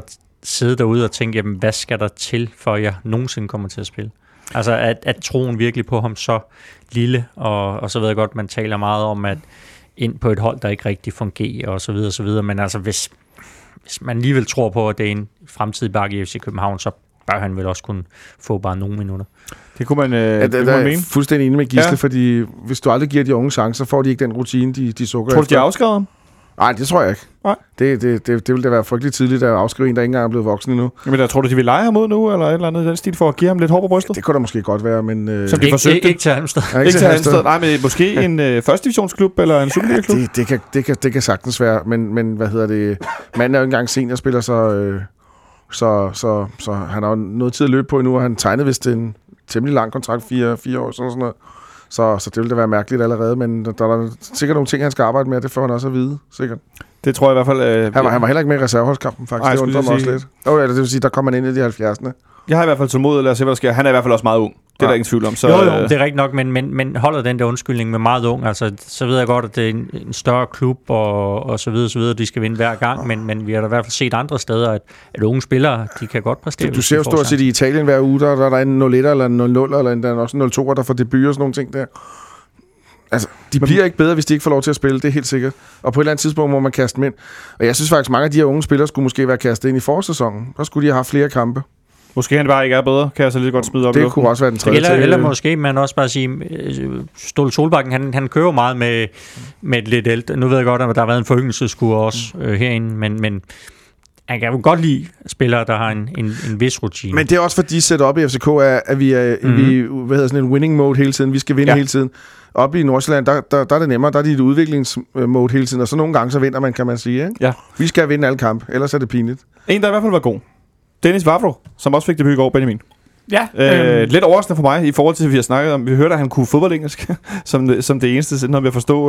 Speaker 4: sidde derude og tænke, jamen, hvad skal der til, for jeg nogensinde kommer til at spille? Altså, at troen virkelig på ham så lille, og så ved jeg godt, man taler meget om, at ind på et hold, der ikke rigtig fungerer, og så videre, men altså, hvis man alligevel tror på, at det er en fremtidig bakke i FC København, så bør han vel også kunne få bare nogle minutter.
Speaker 2: Det kunne man,
Speaker 3: det kunne man mene. Fuldstændig enig med Gisle, fordi hvis du aldrig giver de unge chancer, så får de ikke den rutine, de sukker.
Speaker 2: Tror du, de har afskrevet ham?
Speaker 3: Nej, det tror jeg ikke. Nej. Det ville da være frygteligt tidligt at afskrive en, der ikke engang er blevet voksen endnu.
Speaker 2: Men jeg tror du, de vil lege ham ud nu, eller et eller andet i den stil, for at give ham lidt hår på brystet?
Speaker 3: Det kunne da måske godt være, men...
Speaker 2: Som de forsøgte.
Speaker 4: Ikke til Halmstad.
Speaker 2: Ikke til Halmstad. Nej, men måske en første divisionsklub eller en Superliga-klub?
Speaker 3: Det kan sagtens være, men hvad hedder det? Manden er jo ikke engang seniorspiller, så han har jo noget tid at løbe på endnu, og han tegnede vist en temmelig lang kontrakt, 4 år, sådan noget. Så det ville da være mærkeligt allerede, men der er sikkert nogle ting, han skal arbejde med, og det får han også at vide, sikkert.
Speaker 2: Det tror jeg i hvert fald...
Speaker 3: Han var heller ikke med i reserveholdskampen, faktisk. Det undrer mig også lidt. Det vil sige, der kommer han ind i de 70'erne.
Speaker 2: Jeg har i hvert fald tålmodighed, lad os se, hvad der sker. Han er i hvert fald også meget ung. Det er der ingen tvivl om. Så,
Speaker 4: jo, det er rigtigt nok, men holder den der undskyldning med meget ung. Altså, så ved jeg godt, at det er en større klub, og så videre, de skal vinde hver gang, men vi har da i hvert fald set andre steder, at unge spillere, de kan godt præstere.
Speaker 3: Du ser jo stort set i Italien hver uge, der er en 0-1 eller en 0-0, eller der er også en 0-2, der får debut og sådan nogle ting der. Altså, de bliver ikke bedre, hvis de ikke får lov til at spille, det er helt sikkert. Og på et eller andet tidspunkt må man kaste dem ind. Og jeg synes faktisk, mange af de her unge spillere skulle måske være kastet ind i forårssæsonen. Så skulle de have haft flere kampe.
Speaker 2: Måske han bare ikke er bedre, kan jeg så lidt godt smide op.
Speaker 3: Det kunne også være den tredje.
Speaker 4: Eller måske man også bare sige, Ståle Solbakken, han kører meget med et lidt ældre. Nu ved jeg godt, at der har været en foryngelseskur også herinde, men han kan jo godt lide spillere, der har en vis rutine.
Speaker 3: Men det er også fordi setup i FCK er, at vi er sådan en winning mode hele tiden. Vi skal vinde hele tiden. Oppe i Nordsjælland, der er det nemmere. Der er det et udviklingsmode hele tiden. Og så nogle gange, så vinder man, kan man sige. Ikke? Ja. Vi skal vinde alle kampe, ellers er det pinligt.
Speaker 2: En, der i hvert fald var god. Dennis Vavro, som også fik debut i går, Benjamin.
Speaker 5: Ja.
Speaker 2: Lidt overraskende for mig, i forhold til, at vi har snakket om. Vi hørte, at han kunne fodboldengelsk, som det eneste, noget med at forstå...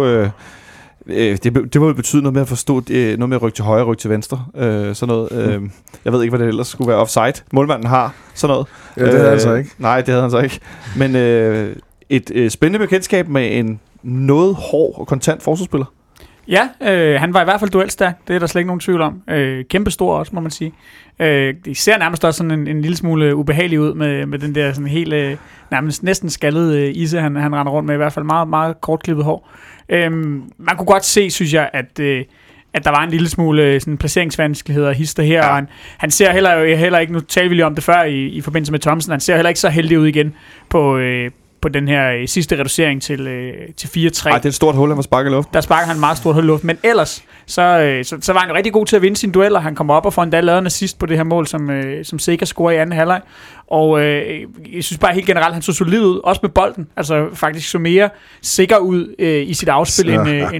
Speaker 2: Det må betyde noget med at forstå noget med at rykke til højre, rykke til venstre, sådan noget. Jeg ved ikke, hvad det ellers skulle være. Offside. Målmanden har sådan noget.
Speaker 3: Ja, det havde han så ikke.
Speaker 2: Nej, det havde han så ikke. Men et spændende bekendtskab med en noget hård og kontant forsvarsspiller.
Speaker 5: Ja, han var i hvert fald duelstærk. Det er der slet ikke nogen tvivl om. Kæmpe stor også, må man sige. Det ser nærmest også sådan en lille smule ubehagelig ud med den der sådan helt næsten skaldede isse, han render rundt med. I hvert fald meget, meget kortklippet hår. Man kunne godt se, synes jeg, at der var en lille smule sådan placeringsvanskeligheder hister her, og han ser heller ikke, nu talte vi lige om det før i forbindelse med Thomsen, han ser heller ikke så heldig ud igen på den her sidste reducering til 4-3.
Speaker 2: Det er et stort hul, han var sparket i luft.
Speaker 5: Der sparker han et meget stort hul i luft, men ellers så var han jo rigtig god til at vinde sine dueller. Han kommer op og får endda lavet en assist på det her mål, som Sega scorer i anden halvleg. Og jeg synes bare helt generelt, han så solid ud, også med bolden. Altså faktisk så mere sikker ud i sit afspil end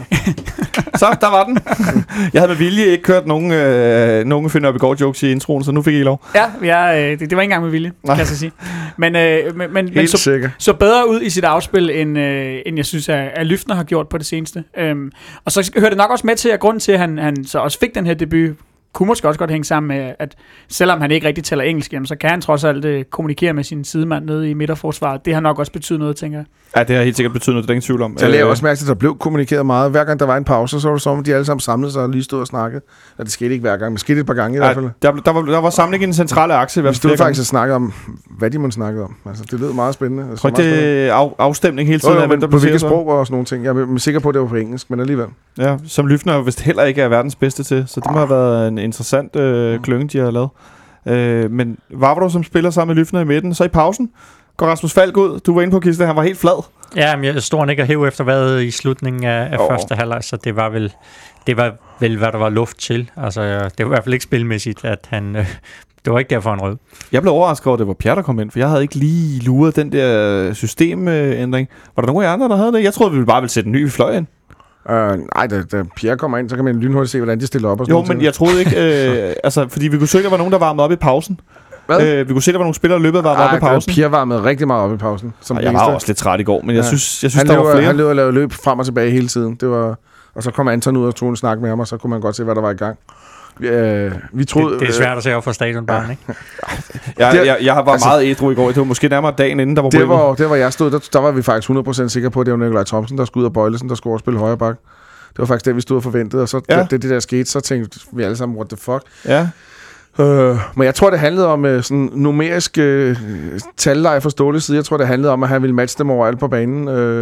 Speaker 2: Så, der var den. Jeg havde med vilje ikke kørt nogen finder op i går jokes i introen, så nu fik I lov.
Speaker 5: Ja, det var ikke engang med vilje, kan jeg så sige. Men så bedre ud i sit afspil, end jeg synes, at Lyftner har gjort på det seneste. Og så hører det nok også med til, at grunden til, at han så også fik den her debut, kunne måske også godt hænge sammen med, at selvom han ikke rigtig taler engelsk, så kan han trods alt kommunikere med sin sidemand nede i midterforsvaret. Det har nok også betydet noget, tænker jeg.
Speaker 2: Ja, det har helt sikkert betydet noget, det er ingen tvivl om.
Speaker 3: Så jeg også mærke, at der blev kommunikeret meget. Hver gang der var en pause, så var det som, at de alle sammen samlede sig og lige stod og snakkede. Og det skete ikke hver gang, men det skete et par gange i hvert fald.
Speaker 2: Der var samling i den centrale akse.
Speaker 3: Vi stod faktisk og snakkede om, hvad de måtte snakke om. Altså, det lød meget spændende.
Speaker 2: Tror det er afstemning hele tiden?
Speaker 3: Men på hvilket sprog og sådan nogle ting. Jeg er sikker på, at det var på engelsk, men alligevel.
Speaker 2: Ja, som Lyftner jo vist heller ikke er verdens bedste til, så det må have været en interessant klynge, de har lavet. Men Vavro, som spiller sammen med Lyftner i midten, så i pausen går Rasmus Falk ud. Du var inde på, Gisle, han var helt flad.
Speaker 4: Ja, men jeg stod ikke og hæv efter hvad i slutningen af første halvleg, så det var vel, hvad der var luft til. Altså, det var i hvert fald ikke spilmæssigt, at han... det var ikke derfor, han rød. Jeg
Speaker 2: blev overrasket over, at det var Pierre, der kom ind, for jeg havde ikke lige luret den der systemændring. Var der nogen af andre, der havde det? Jeg troede, vi bare ville sætte en ny fløj ind.
Speaker 3: Nej, da Pierre kommer ind, så kan man lynhurtigt se, hvordan de stiller op. Og
Speaker 2: jo, men jeg troede ikke... fordi vi kunne se, der var nogen, der varmede op i pausen. Vi kunne se, der var nogle spillere, der løbet varmede op i pausen.
Speaker 3: Pierre varmede rigtig meget op i pausen.
Speaker 2: Jeg var også lidt træt i går, men jeg synes der var flere.
Speaker 3: Han løb og lavede løb frem og tilbage hele tiden. Og så kom Anton ud og tog en snak med ham, og så kunne man godt se, hvad der var i gang. Vi troede,
Speaker 4: det er svært at se op fra stadionbarn, ikke?
Speaker 2: Jeg var meget ædru i går. Det var måske nærmere dagen inden, der var
Speaker 3: det var jeg stod. Der var vi faktisk 100% sikre på, at det var Nikolaj Thomsen, der skulle ud af Bøjlesen, der skulle overspille højre bak. Det var faktisk det, vi stod og forventede. Og så det der skete, så tænkte vi alle sammen, what the fuck?
Speaker 2: Ja.
Speaker 3: Men jeg tror, det handlede om sådan numerisk talleje fra Ståles side. Jeg tror, det handlede om, at han ville matche dem overalt på banen.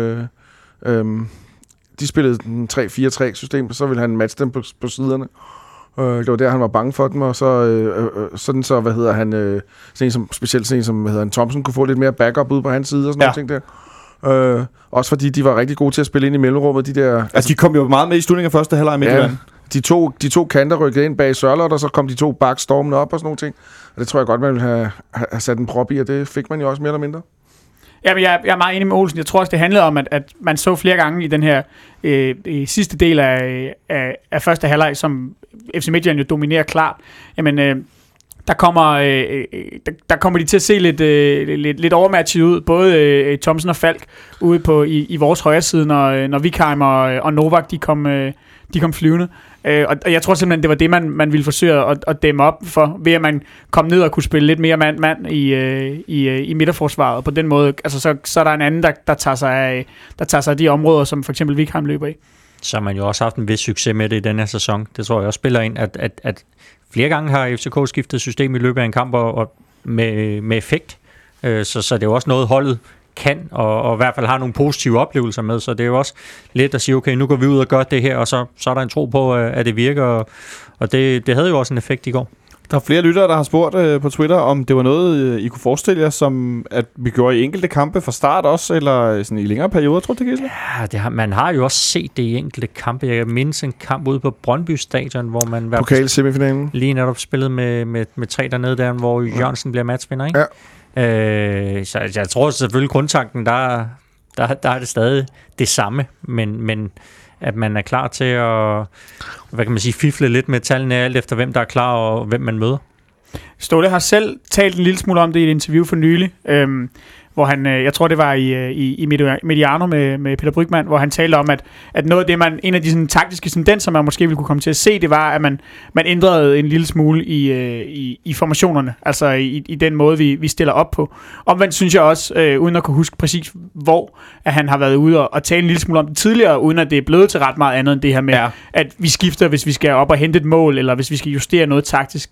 Speaker 3: De spillede en 3-4-3-system, så ville han matche dem på siderne. Det var der, han var bange for dem, og så sådan så, specielt sådan som Thompson kunne få lidt mere backup ud på hans side og sådan nogle ting der. Også fordi de var rigtig gode til at spille ind i mellemrummet.
Speaker 2: De kom jo meget med i slutningen af første halvleg midt i banen.
Speaker 3: De to kanter rykkede ind bag Sørloth, og så kom de to backs stormende op og sådan nogle ting. Og det tror jeg godt, man ville have sat en prop i, og det fik man jo også mere eller mindre.
Speaker 5: Ja, men jeg er meget enig med Olsen. Jeg tror også, det handlede om, at man så flere gange i den her sidste del af første halvleg, som FC Midtjylland jo dominerer klart. Jamen, der kommer de til at se lidt overmatchet ud, både Thomsen og Falk ude i vores højre side, når Vikheim og Novak de kom flyvende. Og jeg tror simpelthen, det var det, man ville forsøge at dæmme op for, ved at man kom ned og kunne spille lidt mere mand i midterforsvaret. På den måde, altså så er der en anden, der tager sig af de områder, som for eksempel Vikheim løber i.
Speaker 4: Så har man jo også haft en vis succes med det i den her sæson. Det tror jeg også spiller ind, at flere gange har FCK skiftet system i løbet af en kamp og med effekt. Så det er jo også noget, holdet kan, og i hvert fald har nogle positive oplevelser med, så det er jo også lidt at sige, okay, nu går vi ud og gør det her, og så er der en tro på, at det virker, og det havde jo også en effekt i går.
Speaker 2: Der er flere lyttere, der har spurgt på Twitter, om det var noget, I kunne forestille jer, som at vi gjorde i enkelte kampe fra start også, eller sådan i længere perioder, tror du det, Gisle?
Speaker 4: Ja, man har jo også set det i enkelte kampe. Jeg mindes en kamp ude på Brøndby Stadion, hvor man
Speaker 3: pokal-semifinalen
Speaker 4: lige netop spillede med 3 dernede der, hvor Jørgensen bliver matchvinder, ikke? Ja. Så jeg tror selvfølgelig, grundtanken, der er det stadig det samme, men at man er klar til at, fifle lidt med tallene alt efter, hvem der er klar og hvem man møder.
Speaker 5: Ståle har selv talt en lille smule om det i et interview for nylig, hvor han, jeg tror det var i Mediano med Peter Brygmann, hvor han talte om, at noget af det, en af de sådan, taktiske tendenser, man måske ville kunne komme til at se, det var, at man ændrede en lille smule i formationerne, altså i den måde, vi stiller op på. Omvendt synes jeg også, uden at kunne huske præcis, hvor at han har været ude og tale en lille smule om det tidligere, uden at det er blevet til ret meget andet end det her med, at vi skifter, hvis vi skal op og hente et mål, eller hvis vi skal justere noget taktisk.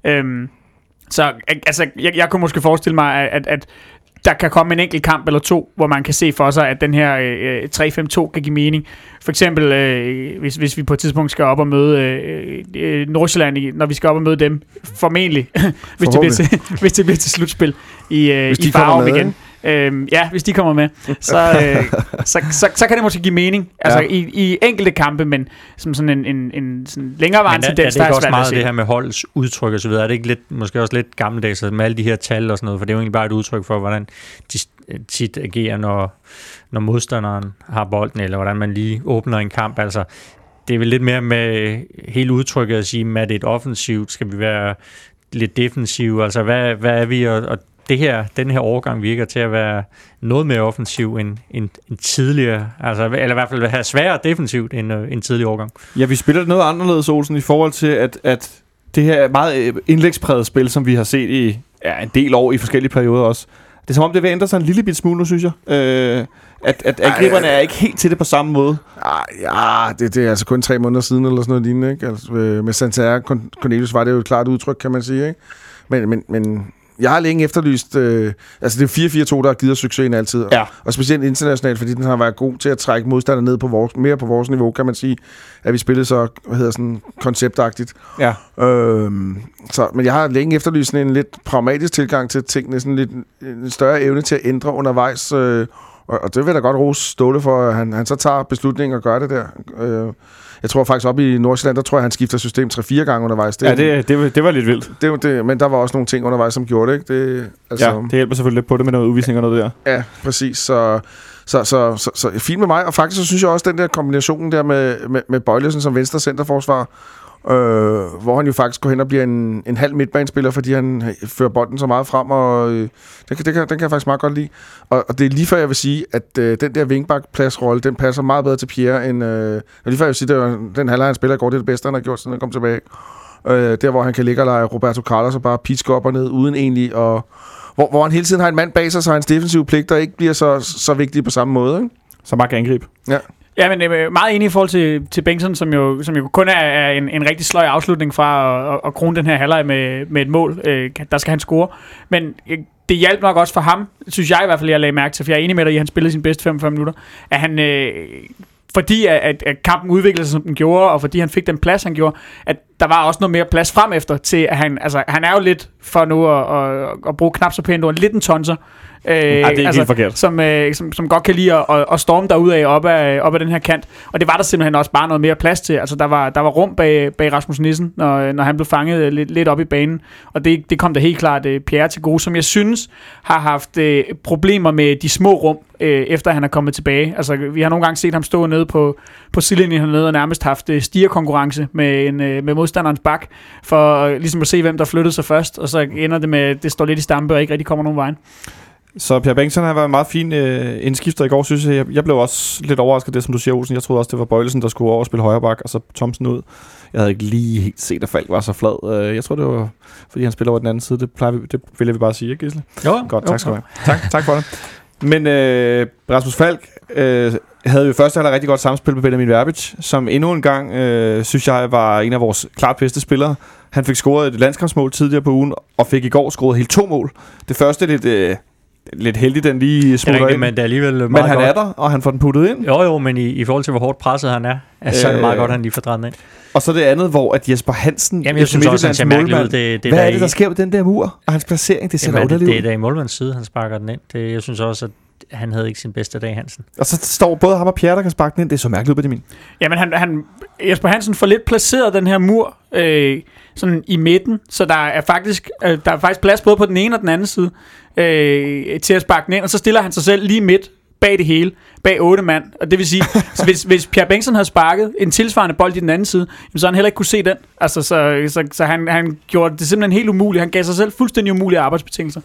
Speaker 5: Så altså, jeg kunne måske forestille mig, at der kan komme en enkelt kamp eller to, hvor man kan se for sig, at den her 3-5-2 kan give mening. For eksempel, hvis vi på et tidspunkt skal op og møde Nordsjælland, når vi skal op og møde dem, formentlig, hvis det bliver til slutspil i Farum igen. Hvis de kommer med, så kan det måske give mening. Altså i enkelte kampe, men som sådan en sådan længerevarende tendens,
Speaker 4: der er også meget det her med holdets udtryk og så videre. Er det ikke lidt, måske også lidt gammeldags med alle de her tal og sådan noget, for det er jo egentlig bare et udtryk for, hvordan de tit agerer, når modstanderen har bolden, eller hvordan man lige åbner en kamp. Altså, det er vel lidt mere med hele udtrykket at sige, at det er et offensivt, skal vi være lidt defensive, altså hvad er vi, og den her overgang virker til at være noget mere offensiv end tidligere, altså, eller i hvert fald have sværere defensivt end tidligere overgang.
Speaker 2: Ja, vi spiller det noget anderledes, Olsen, i forhold til, at det her meget indlægspræget spil, som vi har set i en del år i forskellige perioder også, det er som om, det vil ændre sig en lille bit smule nu, synes jeg. At angriberne er ikke helt til det på samme måde.
Speaker 3: Det er altså kun 3 måneder siden, eller sådan noget lignende, ikke? Altså, med Santander Cornelius var det jo et klart udtryk, kan man sige, ikke? Men jeg har længe efterlyst, altså det er 4-4-2, der har givet succesen altid, og specielt internationalt, fordi den har været god til at trække modstander ned på mere på vores niveau, kan man sige, at vi spillede så, konceptagtigt. Ja. Men jeg har længe efterlyst sådan en lidt pragmatisk tilgang til tingene, sådan lidt en større evne til at ændre undervejs, og det vil jeg da godt rose Ståle for, at han så tager beslutningen og gør det der. Jeg tror faktisk op i Nordsjælland, der tror jeg, han skifter system 3-4 gange undervejs.
Speaker 2: Det var lidt vildt.
Speaker 3: Men der var også nogle ting undervejs, som gjorde det, ikke?
Speaker 2: Det hjælper selvfølgelig lidt på det med noget udvisning og noget der.
Speaker 3: Ja, præcis. Så fint med mig. Og faktisk så synes jeg også, den der kombination der med Bøjlesen som venstre centerforsvar, hvor han jo faktisk går hen og bliver en halv midtbanespiller, fordi han fører bolden så meget frem, og den kan jeg faktisk meget godt lide. Og det er lige før jeg vil sige, at den der vingbak-pladsrolle, den passer meget bedre til Pierre, end lige før jeg vil sige, at den halvleg han spiller i går, det er det bedste, han har gjort, siden han kom tilbage. Der hvor han kan ligge og lege Roberto Carlos og bare piske op og ned, uden egentlig, og hvor han hele tiden har en mand bag sig, så hans defensive pligter ikke bliver så vigtige på samme måde, ikke?
Speaker 2: Så bare kan angribe.
Speaker 3: Ja.
Speaker 5: Ja, men meget enig i forhold til Bengtsson, som jo kun er en rigtig sløj afslutning fra at krone den her halvleg med et mål. Der skal han score. Men det hjalp nok også for ham, synes jeg i hvert fald, jeg lagde mærke til, for jeg er enig med dig i, at han spillede sine bedste 45 minutter, at han... fordi at kampen udviklede sig, som den gjorde, og fordi han fik den plads, han gjorde, at der var også noget mere plads frem efter til, at han er jo lidt, for nu at bruge knap så pænt ord, lidt en tonser.
Speaker 2: Det er ikke helt forkert.
Speaker 5: Som godt kan lide at storme derudad op af den her kant. Og det var der simpelthen også bare noget mere plads til. Altså der var rum bag Rasmus Nissen, når han blev fanget lidt op i banen. Og det kom da helt klart Pierre til gode, som jeg synes har haft problemer med de små rum, efter han er kommet tilbage. Altså vi har nogle gange set ham stå nede på sidelinjen hernede og nærmest haft stierkonkurrence med modstanderens bak, for ligesom at se, hvem der flyttede sig først. Og så ender det med, at det står lidt i stampe og ikke rigtig kommer nogen vej.
Speaker 2: Så Pierre Bengtsson har været en meget fin indskifter i går, synes jeg. Jeg blev også lidt overrasket, det som du siger, Olsen. Jeg troede også, det var Bøjlesen, der skulle overspille højre bak, og så Thomsen ud. Jeg havde ikke lige helt set, at Falk var så flad. Jeg tror, det var, fordi han spiller over den anden side. Det vil vi bare sige, ikke, Gisle?
Speaker 5: Jo.
Speaker 2: Godt, tak skal du have. Tak for det. Men Rasmus Falk havde jo først et rigtig godt samspil med Benjamin Verbic, som endnu en gang, synes jeg, var en af vores klart bedste spillere. Han fik scoret et landskampsmål tidligere på ugen, og fik i går scoret helt 2 mål. Det første lidt heldigt, den lige smutter ind.
Speaker 4: Men det er alligevel meget
Speaker 2: men han
Speaker 4: godt.
Speaker 2: Er der, og han får den puttet ind.
Speaker 4: Jo, men i forhold til, hvor hårdt presset han er, så er det meget godt, han lige får drejet ind.
Speaker 2: Og så det andet, hvor at Jesper Hansen...
Speaker 4: Jamen, jeg synes også, han ser mærkelig ud.
Speaker 2: Hvad er det, der sker med den der mur? Og hans placering, det ser underligt ud.
Speaker 4: Det er da i målmands side, han sparker den ind. Jeg synes også, at han havde ikke sin bedste dag, Hansen.
Speaker 2: Og så står både ham og Pierre, der kan sparke den ind. Det er så mærkeligt ud, Benjamin.
Speaker 5: Jamen, Jesper Hansen får lidt placeret den her mur sådan i midten, så der er faktisk plads både på den ene og den anden side til at sparke den ind, og så stiller han sig selv lige midt bag det hele, bag 8 mand, og det vil sige, hvis Pierre Bengtsson havde sparket en tilsvarende bold i den anden side, så han heller ikke kunne se den. Altså, så han gjorde det simpelthen helt umuligt. Han gav sig selv fuldstændig umulige arbejdsbetingelser.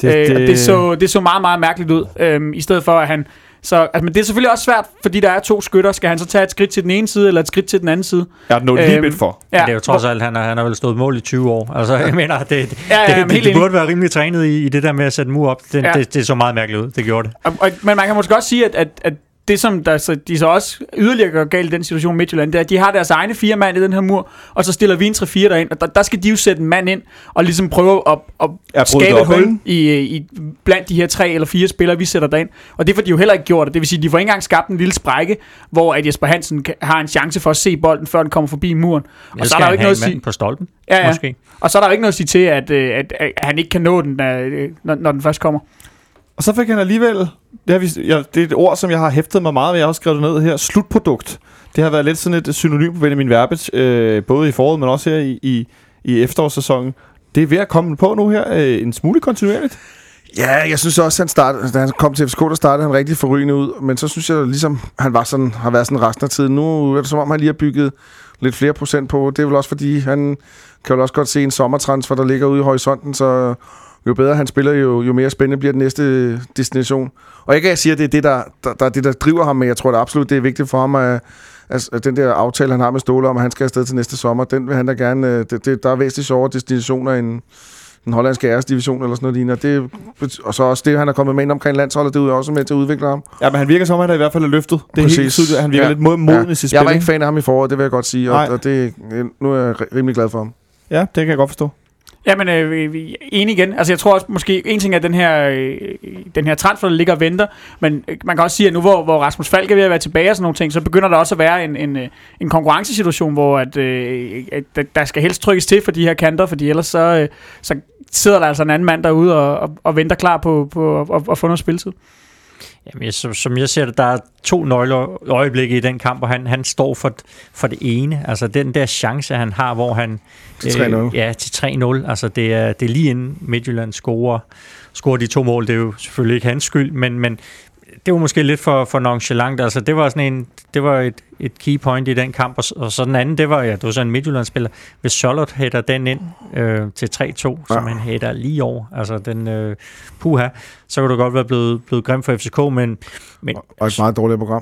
Speaker 5: Det så meget, meget mærkeligt ud, i stedet for at han... men det er selvfølgelig også svært, fordi der er 2 skytter. Skal han så tage et skridt til den ene side, eller et skridt til den anden side?
Speaker 2: Ja, noget lige midt for.
Speaker 4: Ja. Det er jo trods alt, han har vel stået mål i 20 år. Altså, jeg mener, det burde være rimelig trænet i det der med at sætte mur op. Det så meget mærkeligt ud, det gjorde det.
Speaker 5: Men man kan måske også sige, at det, som de så også yderligere gør galt i den situation Midtjylland, det er, at de har deres egne 4 mand i den her mur, og så stiller vi en 3-4 derind, og der skal de jo sætte en mand ind, og ligesom prøve at skabe et hul i blandt de her 3 eller 4 spillere, vi sætter derind. Og det får de jo heller ikke gjort, det vil sige, at de får ikke engang skabt en lille sprække, hvor at Jesper Hansen har en chance for at se bolden, før den kommer forbi muren.
Speaker 4: Og så er der jo ikke noget at sige på stolpen, måske.
Speaker 5: Og så er der jo ikke noget at sige til, at han ikke kan nå den, når den først kommer.
Speaker 2: Og så fik han alligevel, det er et ord, som jeg har hæftet mig meget ved, jeg har også skrevet det ned her, slutprodukt. Det har været lidt sådan et synonym på Benjamin Verbic, både i foråret, men også her i efterårssæsonen. Det er ved at komme på nu her, en smule kontinuerligt.
Speaker 3: Ja, jeg synes også, da han kom til FCK, der startede han rigtig forrygende ud, men så synes jeg ligesom, han har været sådan resten af tiden. Nu er det som om, han lige har bygget lidt flere procent på. Det er vel også fordi, han kan jo også godt se en sommertransfer, der ligger ude i horisonten, så jo bedre han spiller, jo mere spændende bliver den næste destination. Og jeg kan sige, at det er det, der driver ham, men jeg tror det absolut, det er vigtigt for ham, at den der aftale, han har med Ståle om, at han skal afsted til næste sommer, den vil han da gerne... der er væsentligt sjovere destinationer end den hollandske æresdivision eller sådan noget lignende. Og så også det, han er kommet med ind omkring landsholdet, det er også med til at udvikle ham.
Speaker 2: Ja, men han virker som, at han i hvert fald er løftet. Det er helt tydeligt, at han virker lidt moden i sit spil.
Speaker 3: Jeg var ikke fan af ham i foråret, det vil jeg godt sige, og nu er jeg rimelig glad for ham.
Speaker 2: Ja, det kan jeg godt forstå.
Speaker 5: Ja, men enig igen. Altså, jeg tror også, måske en ting er den her transfer, der ligger og venter, men man kan også sige, at nu hvor Rasmus Falk er ved at være tilbage og sådan nogle ting, så begynder der også at være en konkurrencesituation, hvor at der skal helst trykkes til for de her kanter, fordi ellers så sidder der altså en anden mand derude og venter klar på at få noget spilletid.
Speaker 4: Jamen, som jeg ser det, der er 2 nøgleøjeblikke i den kamp, og han står for det ene. Altså den der chance, han har, hvor han...
Speaker 3: Til 3-0.
Speaker 4: Ja, til 3-0. Altså det er lige inden Midtjylland scorer de 2 mål. Det er jo selvfølgelig ikke hans skyld, men det var måske lidt for nonchalant. Altså det var sådan det var et key point i den kamp, og så den anden, det var så en Midtjylland-spiller. Hvis Charlotte hætter den ind til 3-2, som han hætter lige over, altså den puha, så kunne det godt være blevet grimt for FCK, men
Speaker 3: og et meget dårligt program.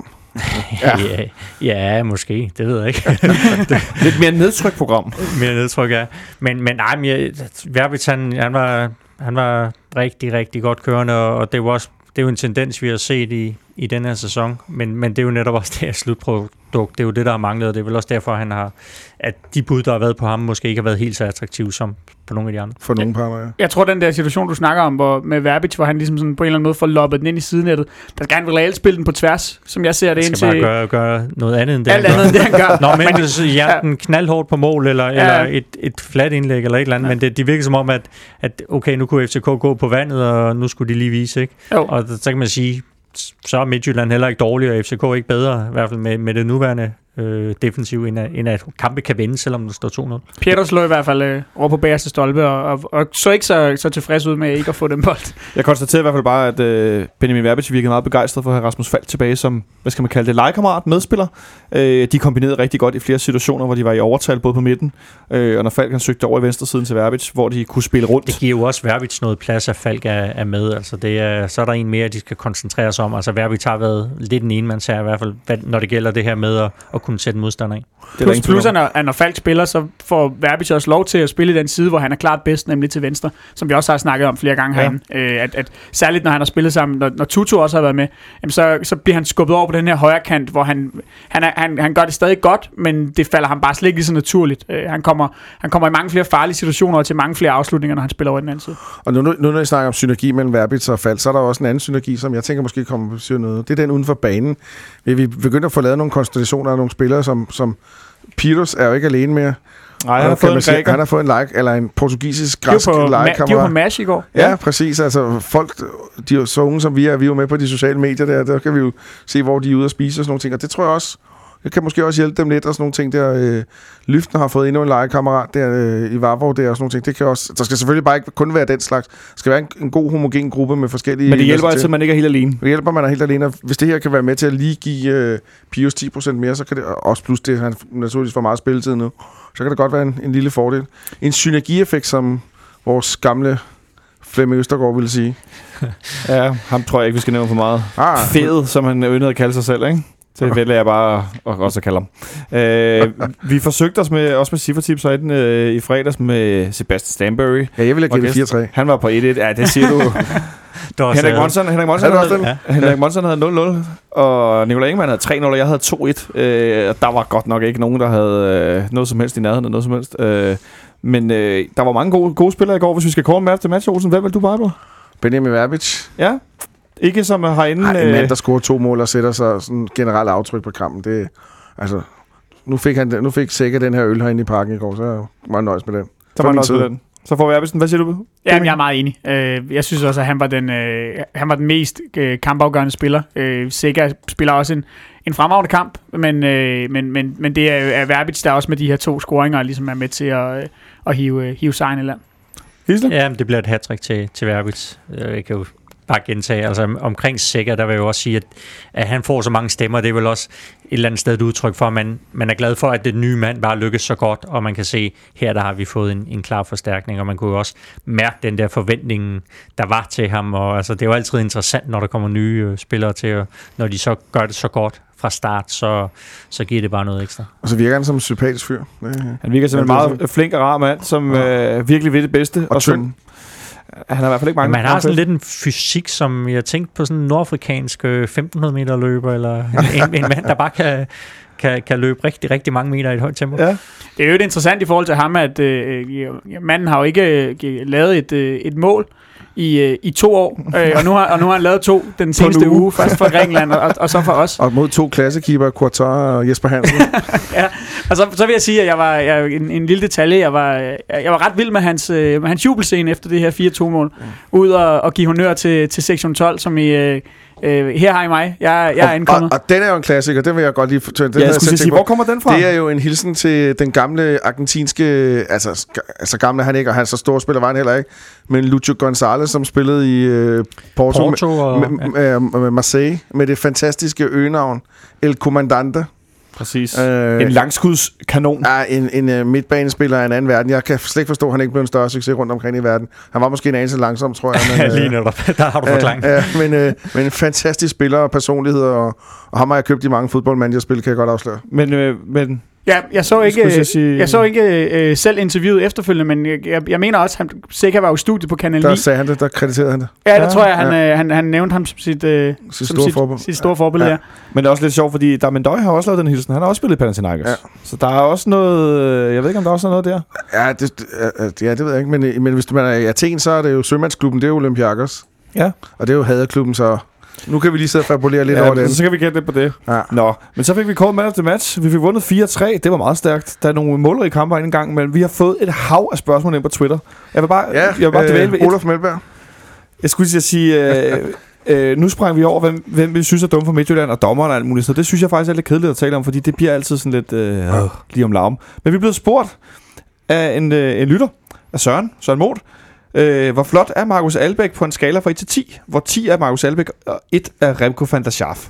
Speaker 4: Ja, måske, det ved jeg ikke.
Speaker 2: Lidt mere nedtryk-program.
Speaker 4: Mere nedtryk, ja. Men nej, Verbic, han var rigtig, rigtig godt kørende, og det er jo en tendens, vi har set i den her sæson, men det er jo netop også det her slutprodukt. Det er jo det, der har manglet, og det er vel også derfor, at de bud, der har været på ham, måske ikke har været helt så attraktive som på nogle af de andre.
Speaker 3: For nogle par, ja.
Speaker 5: Jeg tror, den der situation, du snakker om med Verbic, hvor han ligesom sådan på en eller anden måde får loppet den ind i sidenettet, der skal han reelt spille den på tværs, som jeg ser det ind til.
Speaker 4: Han skal bare gøre noget andet end det,
Speaker 5: han gør.
Speaker 4: Nå, men hvis hjerten knaldhårdt på mål, eller et fladt indlæg, eller et eller andet, men det virker som om, at okay, nu kunne FCK gå på vandet, og nu skulle de lige vise, ikke? Jo. Og så kan man sige, så er Midtjylland heller ikke dårlig, og FCK ikke bedre, i hvert fald med det nuværende defensiv, end at kampe kan vinde, selvom der står 2-0.
Speaker 5: Peter slår i hvert fald over på bagerste stolpe, og så ikke så tilfreds ud med ikke at få den bold.
Speaker 2: Jeg konstaterer i hvert fald bare, at Benjamin Verbic virkede meget begejstret for at have Rasmus Falk tilbage som, hvad skal man kalde det, legekammerat, medspiller. De kombinerede rigtig godt i flere situationer, hvor de var i overtal både på midten, og når Falk han søgte over i venstre siden til Verbic, hvor de kunne spille rundt.
Speaker 4: Det giver jo også Verbic noget plads, at Falk er med. Altså så er der en mere, de skal koncentrere sig om. Altså Verbic har været lidt den ene, man ser i hvert fald, når det gælder det her med at kunne sætte modstander i.
Speaker 5: Plus når Falk spiller, så får Verbic også lov til at spille i den side, hvor han er klart bedst, nemlig til venstre, som vi også har snakket om flere gange herinde. At særligt når han har spillet sammen, når Tutu også har været med, så bliver han skubbet over på den her højre kant, hvor han gør det stadig godt, men det falder ham bare slet ikke lige så naturligt. Han kommer i mange flere farlige situationer og til mange flere afslutninger, når han spiller over den anden side.
Speaker 3: Og nu når I snakker om synergi mellem Verbic og Falk, så er der også en anden synergi, som jeg tænker måske kommer at sige noget. Det er den uden for banen. Vi begynder at få lavet nogle konstellationer af nogle spillere, som Peters er jo ikke alene mere.
Speaker 2: Nej, han har
Speaker 3: fået en like, eller en portugisisk græsk legekammerat.
Speaker 5: De var på MASH i går.
Speaker 3: Ja, præcis. Altså folk, de er så unge som vi er jo med på de sociale medier der kan vi jo se, hvor de er ude at spise og sådan nogle ting. Og det tror jeg også, det kan måske også hjælpe dem lidt og sådan nogle ting der. Lyften har fået endnu en legekammerat der i Varborg der og sådan nogle ting. Det kan også, der skal selvfølgelig bare ikke kun være den slags. Der skal være en god homogen gruppe med forskellige.
Speaker 2: Men det hjælper altid, at man ikke er helt alene.
Speaker 3: Det hjælper, man er helt alene. Hvis det her kan være med til at lige give Pius 10% mere, så kan det også plus det, han naturligvis får meget spilletid nu. Så kan det godt være en lille fordel. En synergieffekt, som vores gamle Flemming Østergaard ville sige.
Speaker 2: Ja, ham tror jeg ikke, vi skal nævne for meget. Fed, som han yndede at kalde sig selv, ikke? Det vælger jeg bare også at kalde ham. Vi forsøgte os med Cifretips i fredags med Sebastian Stanbury.
Speaker 3: Ja, jeg ville have givet 4-3.
Speaker 2: Han var på 1-1. Ja, det siger du. Henrik Monsen havde 0-0, og Nicolai Ingemann havde 3-0, og jeg havde 2-1. Der var godt nok ikke nogen, der havde noget som helst i nærheden af noget som helst. Men der var mange gode spillere i går. Hvis vi skal komme med til match, Olsen, hvem vil du bare på?
Speaker 3: Benjamin Verbic.
Speaker 2: Ja. Ikke som herinde...
Speaker 3: Nej, en mand, der scorer 2 mål og sætter sig sådan generelt aftryk på kampen. Det, altså, nu fik Sækker den her øl herinde i parken i går, så jeg var nøjes med den. Så får vi Verbicen. Hvad siger du?
Speaker 5: Jamen, jeg er meget enig. Jeg synes også, at han var den mest kampafgørende spiller. Sækker spiller også en fremragende kamp, men det er Verbic, der også med de her 2 scoringer ligesom er med til at hive sejren i land.
Speaker 4: Ja, det bliver et hattrick til Verbic. Jeg kan jo bare gentage, altså omkring Sækker, der vil jeg jo også sige, at han får så mange stemmer, det er vel også et eller andet sted et udtryk for, at man er glad for, at det nye mand bare lykkes så godt, og man kan se, her der har vi fået en klar forstærkning, og man kunne jo også mærke den der forventning, der var til ham, og altså, det er jo altid interessant, når der kommer nye spillere til, og når de så gør det så godt fra start, så giver det bare noget ekstra.
Speaker 3: Og så virker han som en sympatisk fyr.
Speaker 2: Han virker som en meget flink og rar mand, som virkelig ved det bedste.
Speaker 3: Og tynd.
Speaker 2: Han har i hvert fald ikke mange.
Speaker 4: Man har sådan lidt en fysik, som jeg tænkte på sådan en nordafrikansk 1500 meter løber, eller en mand, der bare kan løbe rigtig, rigtig mange meter i et højt tempo. Ja.
Speaker 5: Det er jo interessant i forhold til ham, at manden har jo ikke lavet et mål i 2 år, og nu har han lavet 2 den seneste uge, først for Grækenland og så for os.
Speaker 3: Og mod 2 klassekeeper, Courtois og Jesper Hansen.
Speaker 5: Ja, og så vil jeg sige, at jeg var en lille detalje, jeg var ret vild med hans jubelscene efter det her 4-2-mål, ud og give honør til sektion 12, som i... her har I mig. Jeg er indkommet.
Speaker 3: Og den er jo en klassiker, den vil jeg godt lige fortælle.
Speaker 2: Jeg skulle sige, hvor kommer den fra?
Speaker 3: Det er jo en hilsen til den gamle argentinske, altså gamle han ikke, og han så store spiller var han heller ikke, men Lucho González, som spillede i Porto med Marseille, med det fantastiske øgenavn El Comandante.
Speaker 2: Præcis. En langskudskanon.
Speaker 3: Ja, en midtbanespiller af en anden verden. Jeg kan slet ikke forstå, at han ikke blev en større succes rundt omkring i verden. Han var måske en anelse langsom, tror jeg.
Speaker 4: Men, lige netop. Der har du forklaring.
Speaker 3: Men en fantastisk spiller og personlighed, og ham har jeg købt i mange fodboldmanagerspil, kan jeg godt afsløre.
Speaker 2: Men
Speaker 5: Ja, jeg så ikke selv interviewet efterfølgende, men jeg mener også, han sikkert var jo studiet på Kanal 9.
Speaker 3: Der sagde han det, der kritiserede han det.
Speaker 5: Ja, der tror jeg, han nævnte ham som sit store forbillede. Ja.
Speaker 2: Men det er også lidt sjovt, fordi Darmendøj har også lavet den hilsen. Han har også spillet Panathinaikos. Ja. Så der er også noget... Jeg ved ikke, om der også er noget der.
Speaker 3: Ja, det ved jeg ikke. Men hvis man er i Athen, så er det jo sømandsklubben, det er Olympiakos.
Speaker 2: Ja.
Speaker 3: Og det er jo haderklubben, så... Nu kan vi lige sidde og fabulere lidt over det.
Speaker 2: Så kan vi gætte lidt på det. Ja. Nå, men så fik vi call man of the match. Vi fik vundet 4-3. Det var meget stærkt. Der er nogle målrige kamper en gang, men vi har fået et hav af spørgsmål ind på Twitter. Jeg vil bare dvæle ved
Speaker 3: Olaf Melberg.
Speaker 2: Jeg skulle sige... nu sprang vi over, hvem vi synes er dumme for Midtjylland og dommeren og alt muligt. Så det synes jeg faktisk er lidt kedeligt at tale om, fordi det bliver altid sådan lidt lige om larm. Men vi er blevet spurgt af en lytter, af Søren Moth. Hvor flot er Marcus Albeck på en skala fra 1 til 10? Hvor 10 er Marcus Albeck, og 1 er Remco van der Schaaf.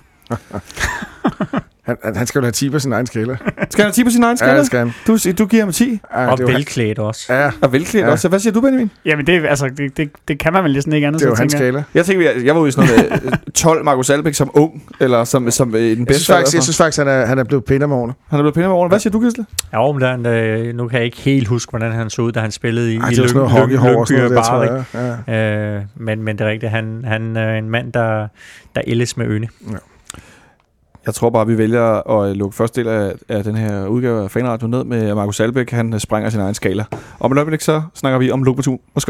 Speaker 3: Han skal jo have 10 på sin egen skala.
Speaker 2: Skal han have 10 på sin egen skala?
Speaker 3: Ja, det skal han.
Speaker 2: Du giver ham 10?
Speaker 4: Ja, og velklædt også.
Speaker 2: Ja. Og velklædt også. Hvad siger du, Benjamin?
Speaker 5: Jamen, det kan man vel næsten ikke andet.
Speaker 3: Det er jo hans skala.
Speaker 2: Jeg tænker, jeg var jo i sådan noget 12 Marcus Albeck som ung, eller som i den bedste.
Speaker 3: Jeg synes faktisk, han er blevet pænere med årene.
Speaker 2: Han er blevet pænere med årene. Hvad siger du, Gisle?
Speaker 4: Ja, men nu kan jeg ikke helt huske, hvordan han så ud, da han spillede i
Speaker 3: Lyngby
Speaker 4: Bar. Men det er rigtigt, han er en mand, der ældes med øjne. Ja.
Speaker 2: Jeg tror bare, vi vælger at lukke første del af den her udgave af Fanradio ned med Marcus Albeck. Han springer sin egen skala. Om et øjeblik så snakker vi om Lokomotiv Moskva.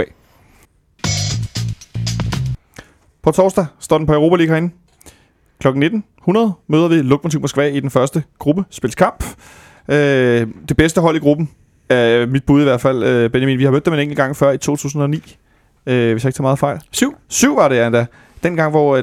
Speaker 2: På torsdag står den på Europa League herinde. Klokken 19:00 møder vi Lokomotiv Moskva i den første gruppespilskamp. Det bedste hold i gruppen er mit bud i hvert fald. Benjamin, vi har mødt dem en enkelt gang før i 2009. Hvis jeg ikke tager meget fejl. 7 var det endda. Dengang, hvor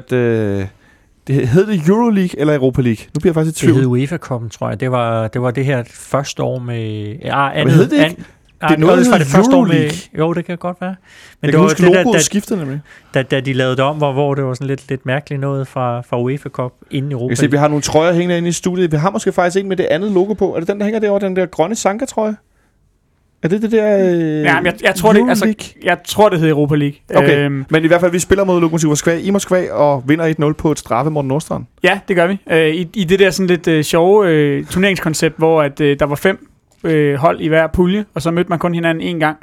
Speaker 2: det hed det Euroleague eller Europa League? Nu bliver jeg faktisk i tvivl.
Speaker 4: Det hed UEFA Cup, tror jeg. Det var det her første år med...
Speaker 2: Men hed det ikke? Det er noget, der
Speaker 4: det første år med... Jo, det kan godt være.
Speaker 2: Men det var huske, logoet skiftede nemlig.
Speaker 4: Da de lavede det om, hvor det var sådan lidt mærkeligt noget fra UEFA Cup inden i Europa.
Speaker 2: Jeg ser, vi har nogle trøjer hængende inde i studiet. Vi har måske faktisk en med det andet logo på. Er det den, der hænger derovre? Den der grønne Sanka-trøje? Er det der...
Speaker 5: Ja, jeg tror, det hedder Europa League.
Speaker 2: Okay, men i hvert fald, vi spiller mod Lokomotiv Moskva i Moskva og vinder 1-0 på et straffe mod Nordstrand.
Speaker 5: Ja, det gør vi. I det der sådan lidt sjove turneringskoncept, hvor at, der var 5 hold i hver pulje, og så mødte man kun hinanden én gang.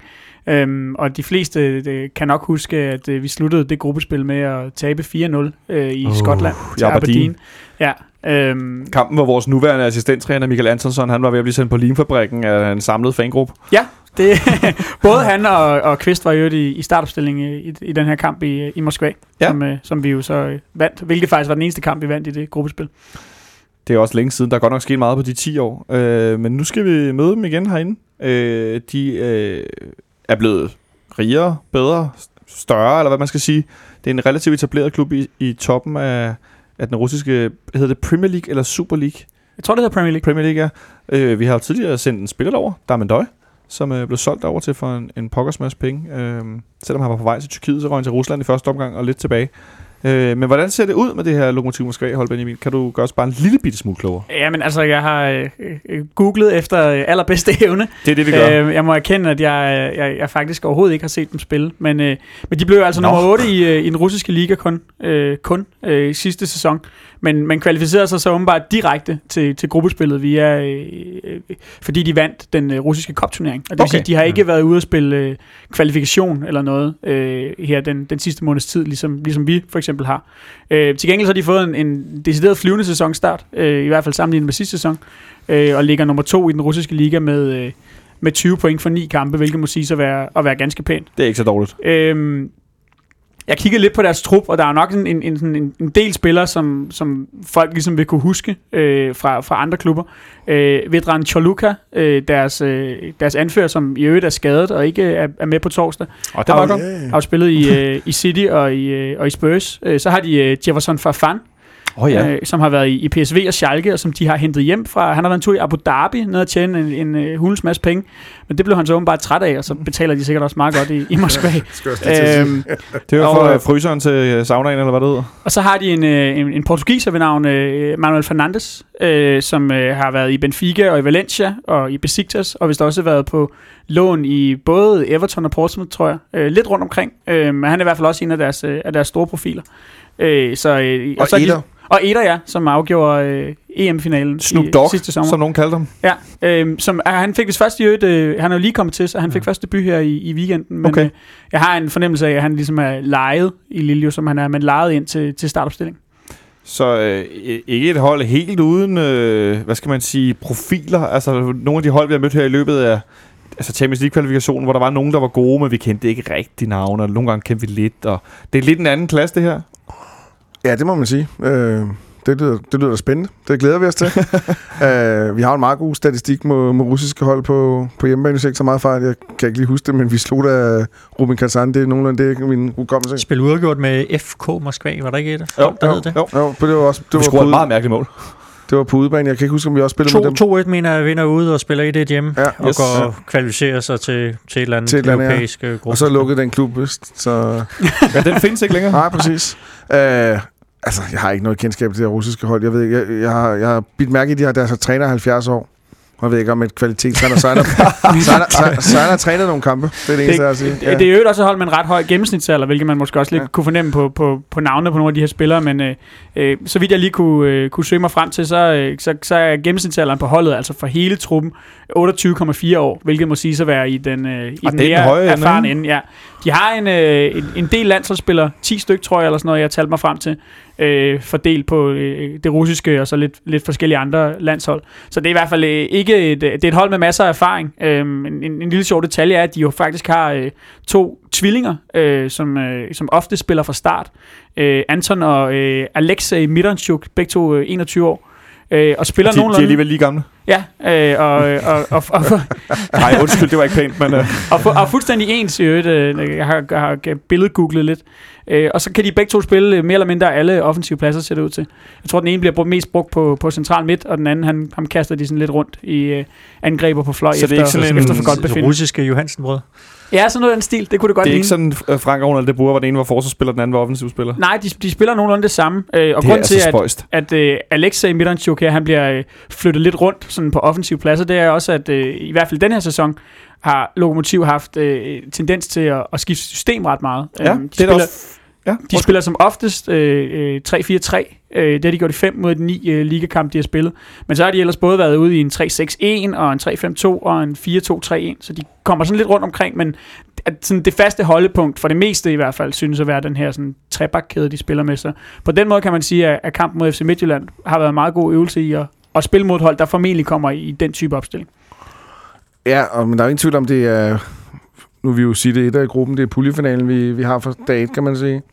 Speaker 5: Og de fleste kan nok huske, at vi sluttede det gruppespil med at tabe 4-0 i Skotland til Aberdeen. Ja.
Speaker 2: Kampen, hvor vores nuværende assistenttræner Michael Antonsson, han var ved at blive sendt på limfabrikken af en samlet fangruppe.
Speaker 5: Ja, det, både han og Kvist var jo i startopstilling i den her kamp i Moskva, som vi jo så vandt, hvilket faktisk var den eneste kamp, vi vandt i det gruppespil.
Speaker 2: Det er også længe siden. Der er godt nok sket meget på de 10 år. Men nu skal vi møde dem igen herinde. De er blevet rigere, bedre, større, eller hvad man skal sige. Det er en relativt etableret klub i toppen af den russiske, hedder det Premier League eller Super League?
Speaker 5: Jeg tror, det hedder Premier League.
Speaker 2: Premier League, ja. Vi har jo tidligere sendt en spiller over, Darmendøj, som blev solgt over til for en pokkersmads penge. Selvom han var på vej til Tyrkiet, så røg han til Rusland i første omgang og lidt tilbage. Men hvordan ser det ud med det her Lokomotiv Moskva-hold, Benjamin? Kan du gøre os bare en lille bitte smule klogere?
Speaker 5: Jamen altså, jeg har googlet efter allerbedste evne.
Speaker 2: Det er det, vi gør.
Speaker 5: Jeg må erkende, at jeg faktisk overhovedet ikke har set dem spille. Men de blev altså nummer 8 i den russiske liga kun sidste sæson. Men kvalificerede sig så åbenbart direkte til gruppespillet via, fordi de vandt den russiske cup-turnering. Og det vil sige, de har ikke været ude at spille kvalifikation eller noget her den sidste måneds tid, ligesom vi for eksempel har. Til gengæld så har de fået en decideret flyvende sæsonstart, i hvert fald sammenlignet med sidste sæson, og ligger nummer 2 i den russiske liga med 20 point for 9 kampe, hvilket må sige at være ganske pænt.
Speaker 2: Det er ikke så dårligt.
Speaker 5: Jeg kiggede lidt på deres trup, og der er nok en del spillere, som folk ligesom vil kunne huske fra andre klubber. Vedran Chorluka, deres anfører, som i øvrigt er skadet og ikke er med på torsdag, har spillet i City og i Spurs. Så har de Jefferson Farfan, som har været i PSV og Schalke, og som de har hentet hjem fra. Han har været en tur i Abu Dhabi, ned at tjene en hulens masse penge, men det blev han så åbenbart træt af, og så betaler de sikkert også meget godt i Moskva.
Speaker 2: Det var for fryseren til saunaen, eller hvad det hedder.
Speaker 5: Og så har de en portugiser ved navn Manuel Fernandes, som har været i Benfica og i Valencia og i Besiktas, og vist også været på lån i både Everton og Portsmouth, tror jeg. Lidt rundt omkring. Men han er i hvert fald også en af deres store profiler.
Speaker 3: Og Eder.
Speaker 5: Og Eder, ja, som afgjorde EM-finalen
Speaker 2: Snoop Dogg,
Speaker 5: sidste sommer.
Speaker 2: som nogen kaldte ham.
Speaker 5: Ja, han fik vist først i øvrigt, han er jo lige kommet til, så han fik først debut her i weekenden. Men
Speaker 2: okay.
Speaker 5: Jeg har en fornemmelse af, at han ligesom er lejet i Lille, som han er, men lejet ind til startopstilling.
Speaker 2: Så ikke et hold helt uden, hvad skal man sige, profiler. Altså nogle af de hold, vi har mødt her i løbet af Champions League-kvalifikationen, hvor der var nogen, der var gode, men vi kendte ikke rigtig navne, og nogle gange kendte vi lidt. Og det er lidt en anden klasse, det her.
Speaker 3: Ja, det må man sige. Det lyder spændende. Det glæder vi os til. Vi har en meget god statistik med russiske hold på hjemmebane. Det er ikke så meget fejl. Jeg kan ikke lige huske det, men vi slog da Rubin Kazan. Det er nogenlunde det, min hukommelse.
Speaker 4: Spil uafgjort med FK Moskva, var der ikke et?
Speaker 3: Jo, det var også. Det
Speaker 2: vi scorede et meget mærkeligt mål.
Speaker 3: Det var på udebane. Jeg kan ikke huske, om vi også spillede med dem.
Speaker 4: 2-1 mener jeg vinder ude og spiller 1-1 hjemme. Ja, og kvalificerer sig til et eller andet europæisk gruppe.
Speaker 3: Og så lukkede den klub vist. Så
Speaker 2: ja, den findes ikke længere.
Speaker 3: Nej, præcis. Altså, jeg har ikke noget kendskab til det russiske hold. Jeg ved ikke, jeg har bidt mærke i, de har deres træner 70 år. Jeg ved ikke om et kvalitetstræner. Så han har trænet nogle kampe. Det er det eneste, jeg siger. Ja.
Speaker 5: Det er jo også et hold med en ret høj gennemsnitsalder, hvilket man måske også lidt kunne fornemme på navnene på nogle af de her spillere. Men så vidt jeg lige kunne søge mig frem til, så er gennemsnitsalderen på holdet, altså for hele truppen, 28,4 år, hvilket må sige så være i den mere erfarne ende. Ja. De har en del landsholdsspillere, 10 stykker, tror jeg, eller sådan noget, jeg talte mig frem til, fordelt på det russiske og så lidt forskellige andre landshold. Så det er i hvert fald ikke det er et hold med masser af erfaring. En lille sjov detalje er, at de jo faktisk har 2 tvillinger, som ofte spiller fra start. Anton og Alexej Miranchuk, begge to 21 år. Og spiller nogenlunde.
Speaker 2: De er alligevel lige gamle.
Speaker 5: Ja,
Speaker 2: nej, undskyld, det var ikke pænt, men
Speaker 5: og fuldstændig ens i øvrigt. Jeg har billedgooglet lidt. Og så kan de begge to spille mere eller mindre alle offensive pladser, ser det ud til. Jeg tror, den ene bliver mest brugt på central midt, og den anden, ham kaster de sådan lidt rundt i angreber på fløj efter for godt befinde.
Speaker 4: Russiske Johansen-brød.
Speaker 5: Ja, sådan noget af den stil. Det kunne det godt ligne.
Speaker 2: Det er ikke sådan, Frank og Ronald de Boer, hvor den ene var forsvarsspiller, den anden var offensivspiller.
Speaker 5: Nej, de spiller nogenlunde det samme. Og grund til, at Alexej Miranchuk her, han bliver flyttet lidt rundt sådan på offensive pladser, det er også, at i hvert fald den her sæson, har Lokomotiv haft tendens til at skifte system ret meget.
Speaker 2: Ja,
Speaker 5: de spiller som oftest 3-4-3. Det har de gjort i 5 ud af de 9 ligakampe, de har spillet. Men så har de ellers både været ude i en 3-6-1 og en 3-5-2 og en 4-2-3-1. Så de kommer sådan lidt rundt omkring, men sådan det faste holdepunkt, for det meste i hvert fald, synes at være den her sådan trebakkæde, de spiller med sig. På den måde kan man sige, at kampen mod FC Midtjylland har været en meget god øvelse i at spille mod et hold, der formentlig kommer i den type opstilling.
Speaker 3: Ja, men der er ingen tvivl om, det er... Nu vil vi jo sige det, et af gruppen, det er puljefinalen, vi har for dag 1, kan man sige.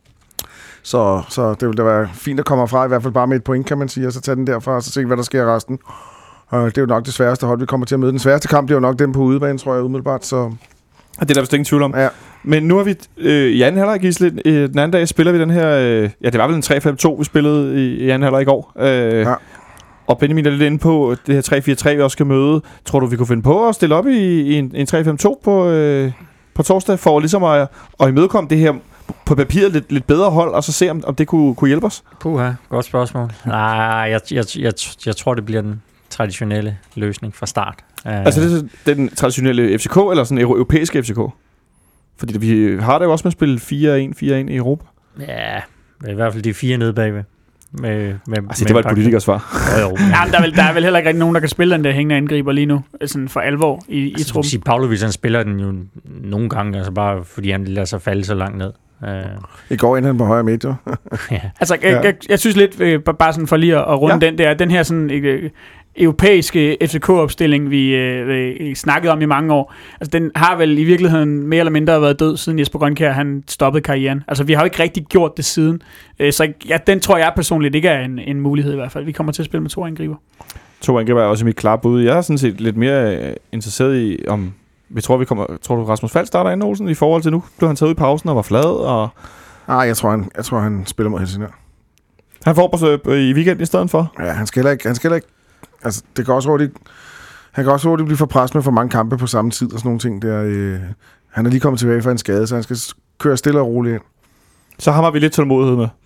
Speaker 3: Så det vil da være fint at komme fra, i hvert fald bare med et point, kan man sige, og så tage den derfra, og så se, hvad der sker i resten. Og det er jo nok det sværeste hold, vi kommer til at møde. Den sværeste kamp, det er jo nok den på udebane, tror jeg, umiddelbart. Så.
Speaker 2: Og det er der vist ingen tvivl om.
Speaker 3: Ja.
Speaker 2: Men nu har vi, i anden halvleg, Gisle, den anden dag spiller vi den her, ja, det var vel en 3-5-2, vi spillede i anden halvleg i går. Ja. Og Benjamin er lidt inde på det her 3-4-3, vi også skal møde. Tror du, vi kunne finde på at stille op i en 3-5-2 på torsdag, for ligesom at imødekomme det her på papiret lidt bedre hold, og så se, om det kunne hjælpe os?
Speaker 4: Puha, godt spørgsmål. Nej, jeg tror, det bliver den traditionelle løsning fra start.
Speaker 2: Altså det er den traditionelle FCK, eller sådan en europæiske FCK? Fordi vi har det jo også med at spille 4-1 i Europa.
Speaker 4: Ja, i hvert fald de 4 nede bagved.
Speaker 2: Det var et politikersvar.
Speaker 5: Ja, der er vel heller ikke rigtig nogen, der kan spille den der hængende angriber lige nu, sådan for alvor i truppen.
Speaker 4: Pavlovic, han spiller den jo nogle gange, altså bare fordi han lader sig falde så langt ned.
Speaker 3: I går endte han på højre midt, jo.
Speaker 5: Ja. Altså, jeg synes lidt, bare sådan for lige at runde den her sådan europæiske FCK-opstilling, vi snakkede om i mange år, altså den har vel i virkeligheden mere eller mindre været død, siden Jesper Grønkjær han stoppede karrieren. Altså vi har jo ikke rigtig gjort det siden. Så ja, den tror jeg personligt ikke er en mulighed i hvert fald. Vi kommer til at spille med 2 angriber.
Speaker 2: 2 angriber er også mit klare bud. Jeg er sådan set lidt mere interesseret i, om vi tror, tror du Rasmus Falk starter ind, Olsen, i forhold til nu? Blev han taget ud i pausen og var flad? Og
Speaker 3: jeg tror han spiller mod Helsingør.
Speaker 2: Han får i weekenden i stedet for?
Speaker 3: Ja, han skal heller ikke. Altså, det kan også hurtigt blive for presset med for mange kampe på samme tid og sådan nogle ting der. Han er lige kommet tilbage fra en skade, så han skal køre stille og roligt ind.
Speaker 2: Så har vi lidt tålmodighed med.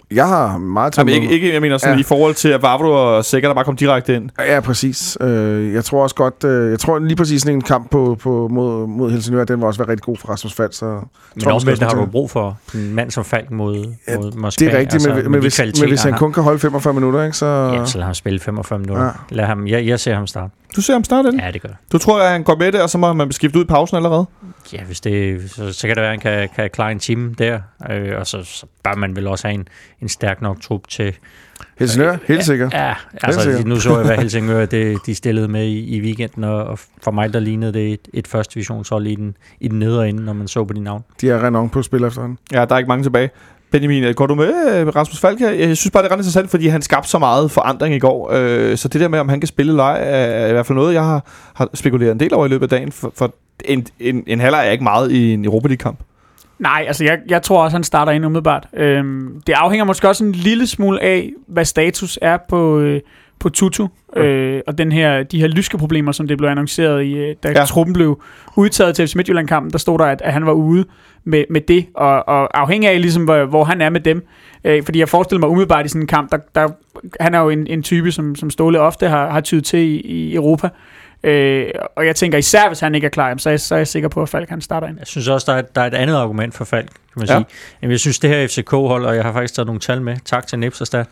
Speaker 3: Jeg har meget
Speaker 2: til ikke, jeg mener sådan i forhold til, at Vavro og Sækker, der bare kom direkte ind.
Speaker 3: Ja, præcis. Jeg tror også godt... jeg tror lige præcis sådan en kamp mod Helsingør, den var også være rigtig god for Rasmus Falk. Så
Speaker 4: men omvendt har du brug for en mand som Falk mod Moskva.
Speaker 3: Det er rigtigt, altså, men hvis han kun kan holde 45 minutter, ikke, så...
Speaker 4: Ja, så lader ham spille 45 minutter. Ja. Lad ham, jeg ser ham starte.
Speaker 2: Du ser ham starte ind?
Speaker 4: Ja, det gør.
Speaker 2: Du tror, at han går med det, og så må man skifte ud i pausen allerede?
Speaker 4: Ja, hvis det, så kan det være, at han kan klare en time der. Og så bør man vel også have en stærk nok trup til...
Speaker 3: Helsingør? Helt sikkert.
Speaker 4: Ja, altså nu så jeg, hvad Helsingør de stillede med i weekenden, og for mig der lignede det et første divisionshold i den nedre ende, når man så på de navn.
Speaker 3: De er renon på spil efterhånden.
Speaker 2: Ja, der er ikke mange tilbage. Benjamin, går du med Rasmus Falk her? Jeg synes bare, det er ret interessant, fordi han skabte så meget forandring i går. Så det der med, om han kan spille leg, er i hvert fald noget, jeg har spekuleret en del over i løbet af dagen. For en halvleg er ikke meget i en Europa League-kamp.
Speaker 5: Nej, altså jeg tror også, han starter ind umiddelbart. Det afhænger måske også en lille smule af, hvad status er på Tutu. Og de her lyske problemer, som det blev annonceret i, da truppen blev udtaget til FC Midtjylland-kampen, der stod der, at han var ude med det, og afhængig af ligesom, hvor han er med dem. Fordi jeg forestiller mig umiddelbart i sådan en kamp, der han er jo en type, som Ståle ofte har tydet til i Europa. Og jeg tænker især, hvis han ikke er klar, så er jeg sikker på, at Falk han starter ind.
Speaker 4: Jeg synes også, der er et andet argument for Falk, kan man sige. Jamen, jeg synes, det her FCK-hold, og jeg har faktisk taget nogle tal med, tak til Nips og Stad,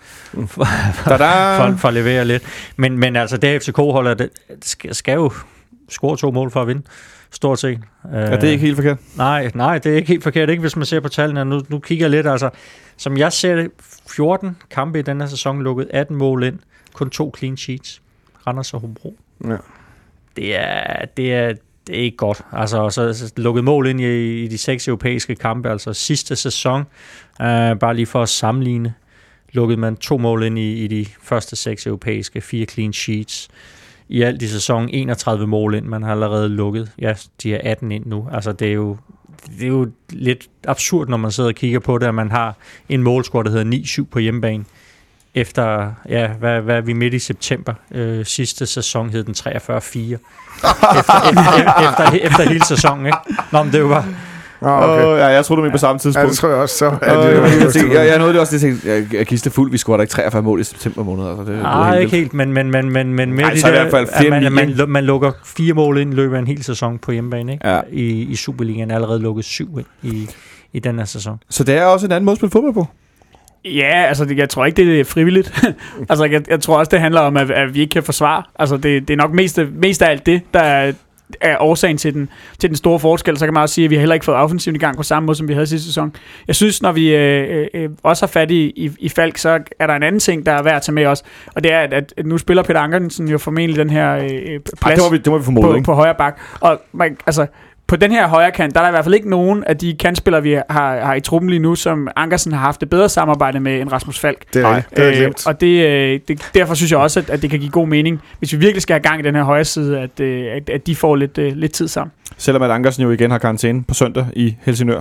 Speaker 4: for at levere lidt. Men altså, det her FCK-hold, det skal jo score 2 mål for at vinde, stort set.
Speaker 2: Ja, det er ikke helt forkert.
Speaker 4: Nej, det er ikke helt forkert, ikke hvis man ser på tallene. Nu kigger jeg lidt, altså, som jeg ser det, 14 kampe i den her sæson, lukket 18 mål ind, kun 2 clean sheets. Randers og Hobro. Ja. Det er ikke godt. Altså, så lukket mål ind i de 6 europæiske kampe. Altså sidste sæson, bare lige for at sammenligne, lukkede man 2 mål ind i de første 6 europæiske, 4 clean sheets. I alt i sæsonen 31 mål ind. Man har allerede lukket. Ja, de er 18 ind nu. Altså, det er jo lidt absurd, når man sidder og kigger på det, at man har en målscore, der hedder 9-7 på hjemmebane. Efter, hvad er vi midt i september? Sidste sæson hed den 43-4. efter hele sæsonen, ikke? Nå, men det var...
Speaker 2: Okay. Jeg troede, du var på samme tidspunkt.
Speaker 3: Ja, det tror jeg også.
Speaker 2: Jeg nåede det også, jeg kiste fuld. Vi scorede ikke 43 mål i september måned. Altså,
Speaker 4: nej, ikke helt, men med det der, i hvert fald man lukker 4 mål ind i løbet af en hel sæson på hjemmebane, ikke? Ja. I Superligaen er allerede lukket 7 ind i den her sæson.
Speaker 2: Så det er også en anden måde at spille fodbold på?
Speaker 5: Ja, altså jeg tror ikke, det er frivilligt. Altså jeg tror også, det handler om, at vi ikke kan forsvare. Altså det er nok mest af alt det, der er årsagen til den store forskel. Så kan man også sige, at vi har heller ikke fået offensivt i gang på samme måde, som vi havde sidste sæson. Jeg synes, når vi også har fat i Falk, så er der en anden ting, der er værd at tage med os. Og det er, at nu spiller Peter Ankersen jo formentlig den her plads
Speaker 2: det må vi formode,
Speaker 5: på højre bak. Og altså... På den her højre kant, der er der i hvert fald ikke nogen af de kantspillere, vi har i truppen lige nu, som Ankersen har haft et bedre samarbejde med end Rasmus Falk.
Speaker 3: Det er glemt.
Speaker 5: Og derfor synes jeg også, at det kan give god mening, hvis vi virkelig skal have gang i den her højre side, at de får lidt tid sammen.
Speaker 2: Selvom at Ankersen jo igen har karantæne på søndag i Helsingør,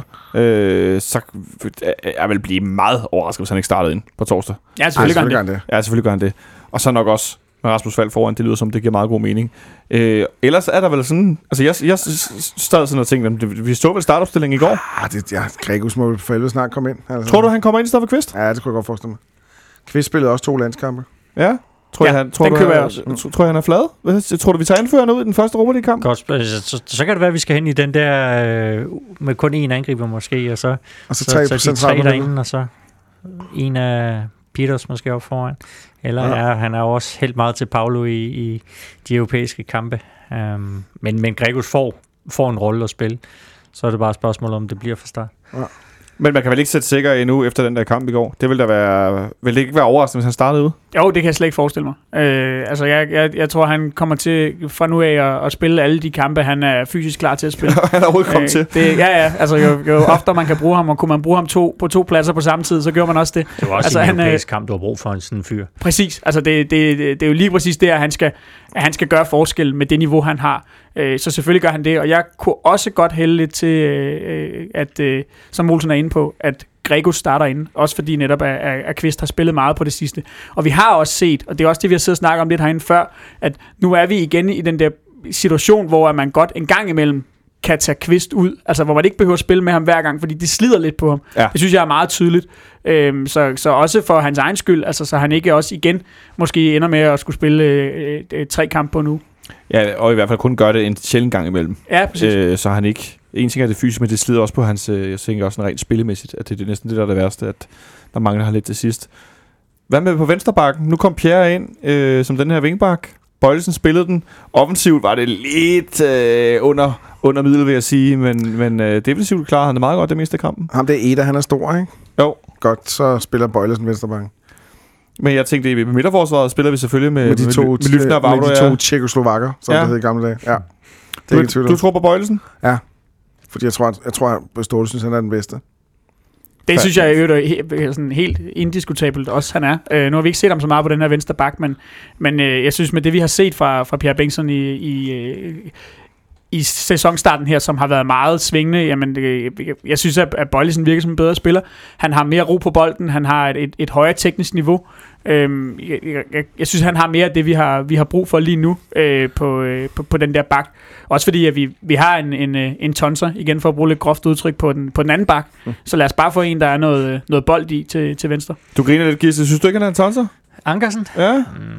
Speaker 2: så jeg vil blive meget overrasket, hvis han ikke startede ind på torsdag.
Speaker 5: Ja, selvfølgelig gør han det.
Speaker 2: Ja, selvfølgelig gør han det. Og så nok også med Rasmus Falk foran, det lyder som, det giver meget god mening. Ellers er der vel sådan... Altså, jeg stadig sådan noget ting, vi så vel startopstillingen i går.
Speaker 3: Gregus må for helvede snart komme ind. Altså.
Speaker 2: Tror du, han kommer ind i stedet for Kvist?
Speaker 3: Ja, det kunne jeg godt forestille mig. Kvist spillede også 2 landskampe.
Speaker 2: Ja? Tror jeg, han er flad? Tror du, vi tager indførende ud i den første Europa League-kamp?
Speaker 4: Godt, så kan det være, at vi skal hen i den der med kun én angriber måske, og så 3 derinde, og så en af Peters måske op foran. Eller han er også helt meget til Paulo i de europæiske kampe. Men Gregus får en rolle at spille. Så er det bare et spørgsmål, om det bliver fra start. Ja.
Speaker 2: Men man kan vel ikke sætte sikker endnu efter den der kamp i går? Det vil det ikke være overraskende, hvis han startede ud?
Speaker 5: Jo, det kan jeg slet ikke forestille mig. Altså, jeg tror, han kommer til fra nu af at spille alle de kampe, han er fysisk klar til at spille.
Speaker 2: Han er overhovedet kommet til.
Speaker 5: Altså jo oftere man kan bruge ham, og kunne man bruge ham på 2 pladser på samme tid, så gjorde man også det.
Speaker 4: Det var også en europæisk kamp, du har brug for en sådan fyr.
Speaker 5: Præcis. Altså, det er jo lige præcis det, at han skal gøre forskel med det niveau, han har. Så selvfølgelig gør han det, og jeg kunne også godt hælde lidt til, at som Olsen er inde på, at Gregus starter inde, også fordi netop at Kvist har spillet meget på det sidste. Og vi har også set, og det er også det, vi har siddet og snakket om lidt herinde før, at nu er vi igen i den der situation, hvor man godt en gang imellem kan tage Kvist ud, altså hvor man ikke behøver at spille med ham hver gang, fordi det slider lidt på ham. Ja. Det synes jeg er meget tydeligt. Så også for hans egen skyld, altså så han ikke også igen måske ender med at skulle spille 3 kampe på nu.
Speaker 2: Ja, og i hvert fald kun gøre det en sjældent gang imellem.
Speaker 5: Ja, præcis.
Speaker 2: Så han ikke... En ting er det fysisk, men det slider også på hans... jeg tænker også rent spillemæssigt, at det er næsten det, der er det værste, at der mangler han lidt til sidst. Hvad med på venstrebakken? Nu kom Pierre ind som den her vingbak. Boilesen spillede den. Offensivt var det lidt under middel, vil jeg sige, men defensivt klarede han det meget godt det meste af kampen.
Speaker 3: Ham det er Eda, han er stor, ikke?
Speaker 2: Jo.
Speaker 3: Godt, så spiller Boilesen venstrebakken. Men
Speaker 2: jeg tænkte, i midterforsvaret spiller vi selvfølgelig med Lyftner og Vavro.
Speaker 3: Med de 2 tjekkoslovakker, som det hed i gamle dage. Ja.
Speaker 2: Du tror på Boilesen?
Speaker 3: Ja. Fordi jeg tror at Ståle synes, han er den bedste.
Speaker 5: Det synes jeg er sådan helt indiskutabelt også, han er. Nu har vi ikke set ham så meget på den her venstre bak, men jeg synes med det, vi har set fra Pierre Bengtsson i sæsonstarten her, som har været meget svingende, jamen jeg synes, at Boilesen virker som en bedre spiller. Han har mere ro på bolden, han har et højere teknisk niveau. Jeg synes, han har mere af det, vi har brug for lige nu på den der bak. Også fordi, at vi har en tonser, igen for at bruge lidt groft udtryk, på den anden bak. Så lad os bare få en, der er noget bold i til venstre.
Speaker 2: Du griner lidt, Gisle. Synes du ikke, han er en tonser?
Speaker 4: Ankersen?
Speaker 2: Ja.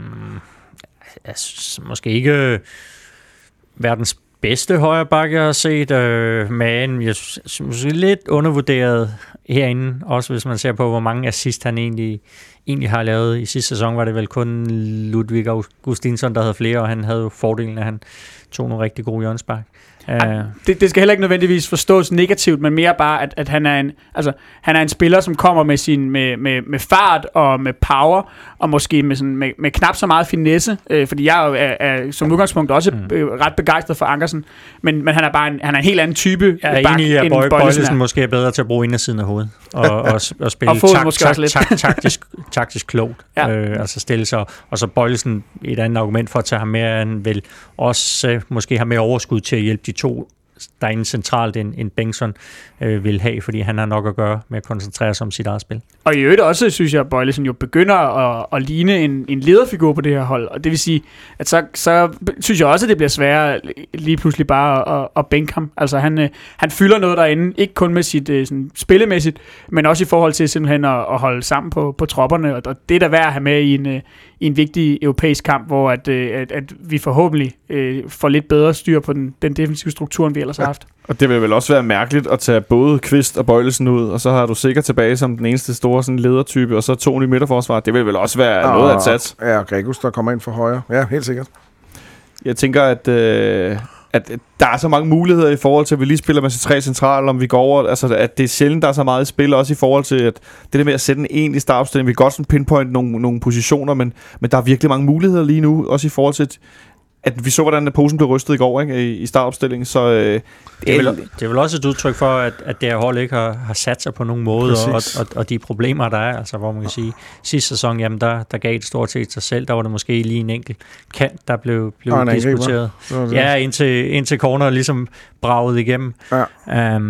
Speaker 4: Jeg synes måske ikke verdens bedste højre bakke, jeg har set, men jeg synes måske lidt undervurderet herinde, også hvis man ser på, hvor mange assist han egentlig har lavet. I sidste sæson var det vel kun Ludvig Augustinsson, der havde flere, og han havde jo fordelen, at han tog nogle rigtig gode hjørnespark.
Speaker 5: Det skal heller ikke nødvendigvis forstås negativt, men mere bare, at han er en spiller, som kommer med fart og med power, og måske med knap så meget finesse, fordi jeg er som udgangspunkt også ret begejstret for Ankersen, men han er bare han er en helt anden type.
Speaker 4: Jeg er enig i, at Boilesen måske er bedre til at bruge indersiden af hovedet, og spille taktisk klogt, altså stille sig, og så Boilesen et andet argument for at tage ham med, han vil også måske have mere overskud til at hjælpe de 2 derinde centralt end Bengtsson vil have, fordi han har nok at gøre med at koncentrere sig om sit eget spil.
Speaker 5: Og i øvrigt også, synes jeg, at Boilesen jo begynder at ligne en lederfigur på det her hold, og det vil sige, at så synes jeg også, at det bliver sværere lige pludselig bare at bænke ham. Altså han fylder noget derinde, ikke kun med sit sådan, spillemæssigt, men også i forhold til simpelthen at holde sammen på tropperne, og det er da værd at have med i en vigtig europæisk kamp, hvor at vi forhåbentlig får lidt bedre styr på den defensive struktur, end vi ellers har haft.
Speaker 2: Og det vil vel også være mærkeligt at tage både Kvist og Boilesen ud, og så har du sikkert tilbage som den eneste store sådan, ledertype, og så 2 i midterforsvar. Det vil vel også være noget af et sats.
Speaker 3: Ja, og Gregus, der kommer ind for højre. Ja, helt sikkert.
Speaker 2: Jeg tænker, at der er så mange muligheder i forhold til, at vi lige spiller med 3 central, om vi går over, altså at det er sjældent, der er så meget i spil, også i forhold til, at det der med at sætte en egentlig startopstilling, vi kan godt sådan pinpoint nogle positioner, men der er virkelig mange muligheder lige nu, også i forhold til, at vi så, hvordan posen blev rystet i går, ikke, i startopstillingen, så
Speaker 4: det er vel også et udtryk for, at det her hold ikke har sat sig på nogen måde, og de problemer, der er, altså hvor man kan sige, sidste sæson, jamen der gav det stort set sig selv, der var det måske lige en enkelt kant, der blev diskuteret. Ja, indtil corner ligesom braget igennem. Ja.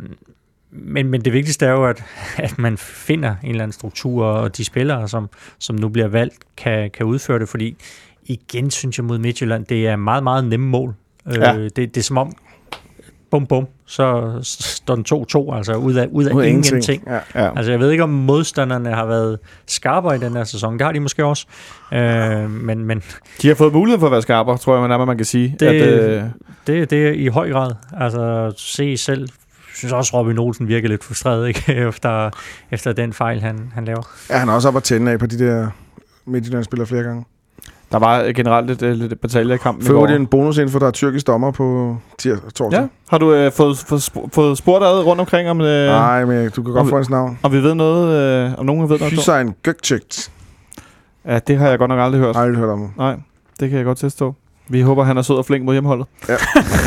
Speaker 4: Men det vigtigste er jo, at man finder en eller anden struktur, og de spillere, som nu bliver valgt, kan udføre det, fordi igen, synes jeg, mod Midtjylland, det er meget, meget nemme mål. Det er som om, bum, så står den 2-2, altså ud af ingenting. Ja. Altså, jeg ved ikke, om modstanderne har været skarpere i den her sæson. Det har de måske også. Men
Speaker 2: de har fået mulighed for at være skarpere, tror jeg, man kan sige.
Speaker 4: Det er i høj grad. Altså, se selv. Jeg synes også, Robin Olsen virker lidt frustreret, ikke? efter den fejl, han laver.
Speaker 3: Ja, han er også op at tænde af på de der Midtjylland-spillere flere gange.
Speaker 2: Der var generelt lidt batalje i kampen.
Speaker 3: Før det en bonus-info, der er tyrkisk dommer på torsdag.
Speaker 2: Ja. Har du fået spurgt ad rundt omkring om...
Speaker 3: Nej, men du kan godt få hans navn.
Speaker 2: Om vi ved noget... om nogen ved noget?
Speaker 3: Hüseyin Gökçek.
Speaker 2: Ja, det har jeg godt nok aldrig hørt.
Speaker 3: Aldrig hørt om.
Speaker 2: Nej, det kan jeg godt tilstå. Vi håber, han er sød og flink mod hjemmeholdet. Ja.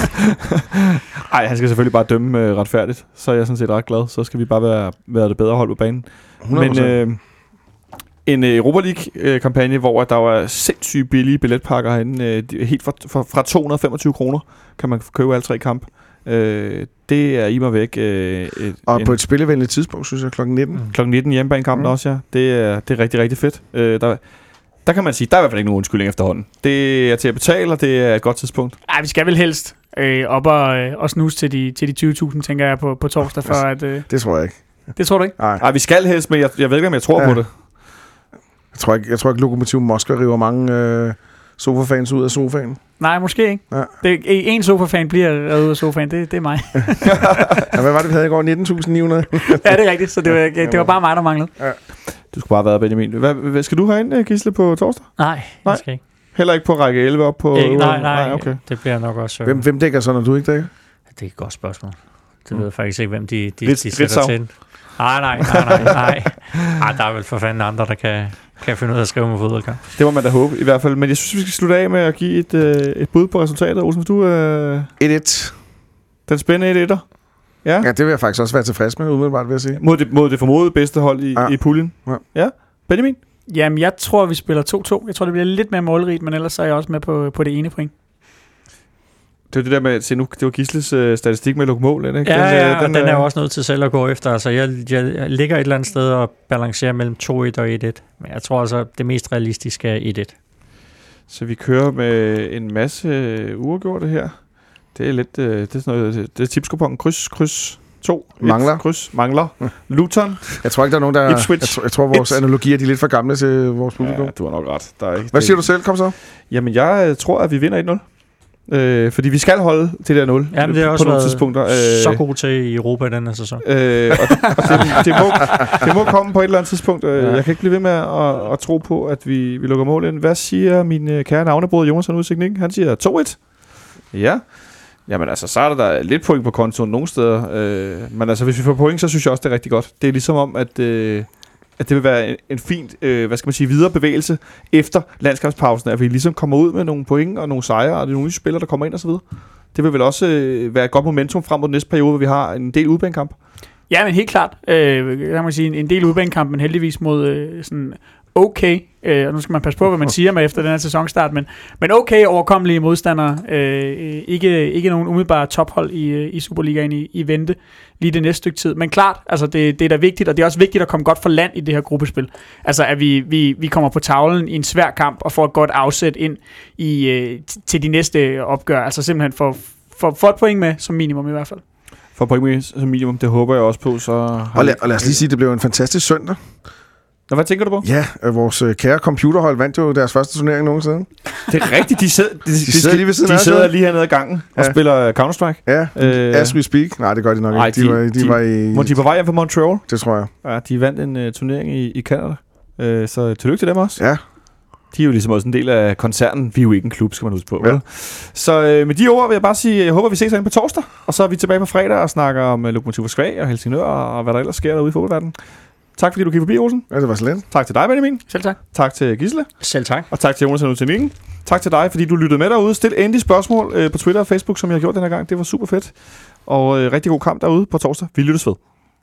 Speaker 2: Ej, han skal selvfølgelig bare dømme retfærdigt. Så er jeg sådan set ret glad. Så skal vi bare være det bedre hold på banen. 100%. Men... en Europa League-kampagne, hvor der var sindssygt billige billetpakker herinde. Helt fra 225 kroner kan man købe alle 3 kampe. Det er i mig væk.
Speaker 3: Og på et spillevenligt tidspunkt, synes jeg, klokken 19.
Speaker 2: Klokken 19 hjemmebanekampen også, ja. Det er rigtig, rigtig fedt. Der kan man sige, der er i hvert fald ikke nogen undskyldning efterhånden. Det er til at betale, og det er et godt tidspunkt.
Speaker 5: Ej, vi skal vel helst op og snuse til de 20.000, tænker jeg, på torsdag. For at,
Speaker 3: det tror jeg ikke.
Speaker 5: Det tror du ikke?
Speaker 2: Nej, vi skal helst, men jeg ved ikke, om jeg tror på det.
Speaker 3: Jeg tror ikke Lokomotiv Moskva river mange sofafans ud af sofaen.
Speaker 5: Nej, måske ikke. Ja. En sofafan bliver reddet ud af sofaen, det er mig.
Speaker 3: Ja, hvad var det, vi havde i går? 19.900?
Speaker 5: Ja, det er rigtigt, så det var bare mig, der manglede.
Speaker 2: Ja. Du skulle bare have været, Benjamin. Hvad skal du have ind, Gisle, på torsdag?
Speaker 4: Nej, jeg skal ikke.
Speaker 2: Heller ikke på række 11 op på...
Speaker 4: Nej, okay. Det bliver nok også...
Speaker 3: Hvem dækker så, når du ikke dækker?
Speaker 4: Det er et godt spørgsmål. Det ved jeg faktisk ikke, hvem de sætter til. Nej. Der er vel for fanden andre, der kan finde ud af at skrive med fodboldkamp.
Speaker 2: Det må man da håbe, i hvert fald. Men jeg synes, vi skal slutte af med at give et bud på resultatet. Olsen, hvis du...
Speaker 3: 1-1.
Speaker 2: Den spændende 1-1'er. Ja,
Speaker 3: det vil jeg faktisk også være tilfreds med, umiddelbart vil jeg sige.
Speaker 2: Mod det formodede bedste hold i puljen. Ja. Benjamin?
Speaker 5: Jamen, jeg tror, vi spiller 2-2. Jeg tror, det bliver lidt mere målrigt, men ellers er jeg også med på det ene point.
Speaker 2: Det er det der med, se nu, det var Gisles statistik med lukmål, ikke?
Speaker 4: Den er jo også nødt til selv at gå efter. Altså, jeg ligger et eller andet sted og balancerer mellem 2-1 og 1-1. Men jeg tror altså, det mest realistiske er 1-1.
Speaker 2: Så vi kører med en masse uafgjorte her. Det er lidt, det er sådan noget, det er tipskupongen, kryds 2. Mangler. Luton.
Speaker 3: Jeg tror ikke, der er nogen, der... Jeg tror vores analogier, de er lidt for gamle til vores publikum.
Speaker 2: Ja, du har nok ret. Der er ikke,
Speaker 3: hvad siger du selv? Kom så.
Speaker 2: Jamen, jeg tror, at vi vinder 1-0. Fordi vi skal holde til det 0.
Speaker 4: Jamen, det er også nogle tidspunkter. Så god til i Europa i den her sæson.
Speaker 2: Og det må komme på et eller andet tidspunkt. Jeg kan ikke blive ved med at tro på, at vi lukker mål ind. Hvad siger min kære navnebror Jonas Udsigning? Han siger 2-1. Ja. Jamen altså, så er der lidt point på kontoen nogle steder. Men altså, hvis vi får point, så synes jeg også, det er rigtig godt. Det er ligesom om, at det vil være en fint, videre bevægelse efter landskampspausen, at vi ligesom kommer ud med nogle point og nogle sejre, og det er nogle nye spillere, der kommer ind og så videre. Det vil vel også være et godt momentum frem mod den næste periode, hvor vi har en del udbanekamp.
Speaker 5: Ja, men helt klart. Jeg må sige, en del udbanekamp, men heldigvis mod sådan okay, og nu skal man passe på, hvad man siger med efter den her sæsonstart, men okay overkommelige modstandere. Ikke nogen umiddelbare tophold i Superligaen i vente lige det næste stykke tid. Men klart, altså det er da vigtigt, og det er også vigtigt at komme godt for land i det her gruppespil. Altså at vi kommer på tavlen i en svær kamp og får et godt afsæt ind til de næste opgør. Altså simpelthen for et point med, som minimum i hvert fald.
Speaker 2: For et point med som minimum, det håber jeg også på. Så
Speaker 3: og lad os lige sige, at det blev en fantastisk søndag.
Speaker 2: Nå, hvad tænker du på?
Speaker 3: Ja, vores kære computerhold vandt jo deres første turnering nogensinde.
Speaker 2: Det er rigtigt, de sidder lige ved siden af. De sidder lige hernede ad gangen og spiller Counter-Strike.
Speaker 3: Ja, as we speak. Nej, det gør de nok ikke. De var i...
Speaker 2: Må de på vej hjem fra Montreal?
Speaker 3: Det tror jeg.
Speaker 2: Ja, de vandt en turnering i Canada. Så tillykke til dem også.
Speaker 3: Ja.
Speaker 2: De er jo ligesom også en del af koncernen. Vi er jo ikke en klub, skal man huske på. Ja. Så med de ord vil jeg bare sige, jeg håber, vi ses herinde på torsdag. Og så er vi tilbage på fredag og snakker om Lokomotiv Moskva og Helsingør og hvad der ellers sker derude i fodboldverdenen. Tak fordi du kiggede forbi, Olsen.
Speaker 3: Ja, det var så let.
Speaker 2: Tak til dig, Benjamin.
Speaker 5: Selv tak.
Speaker 2: Tak til Gisle.
Speaker 4: Selv tak.
Speaker 2: Og tak til Jonas og Nuttingen. Tak til dig, fordi du lyttede med derude. Stil endelig spørgsmål på Twitter og Facebook, som jeg har gjort den her gang. Det var super fedt. Og rigtig god kamp derude på torsdag. Vi lyttes ved.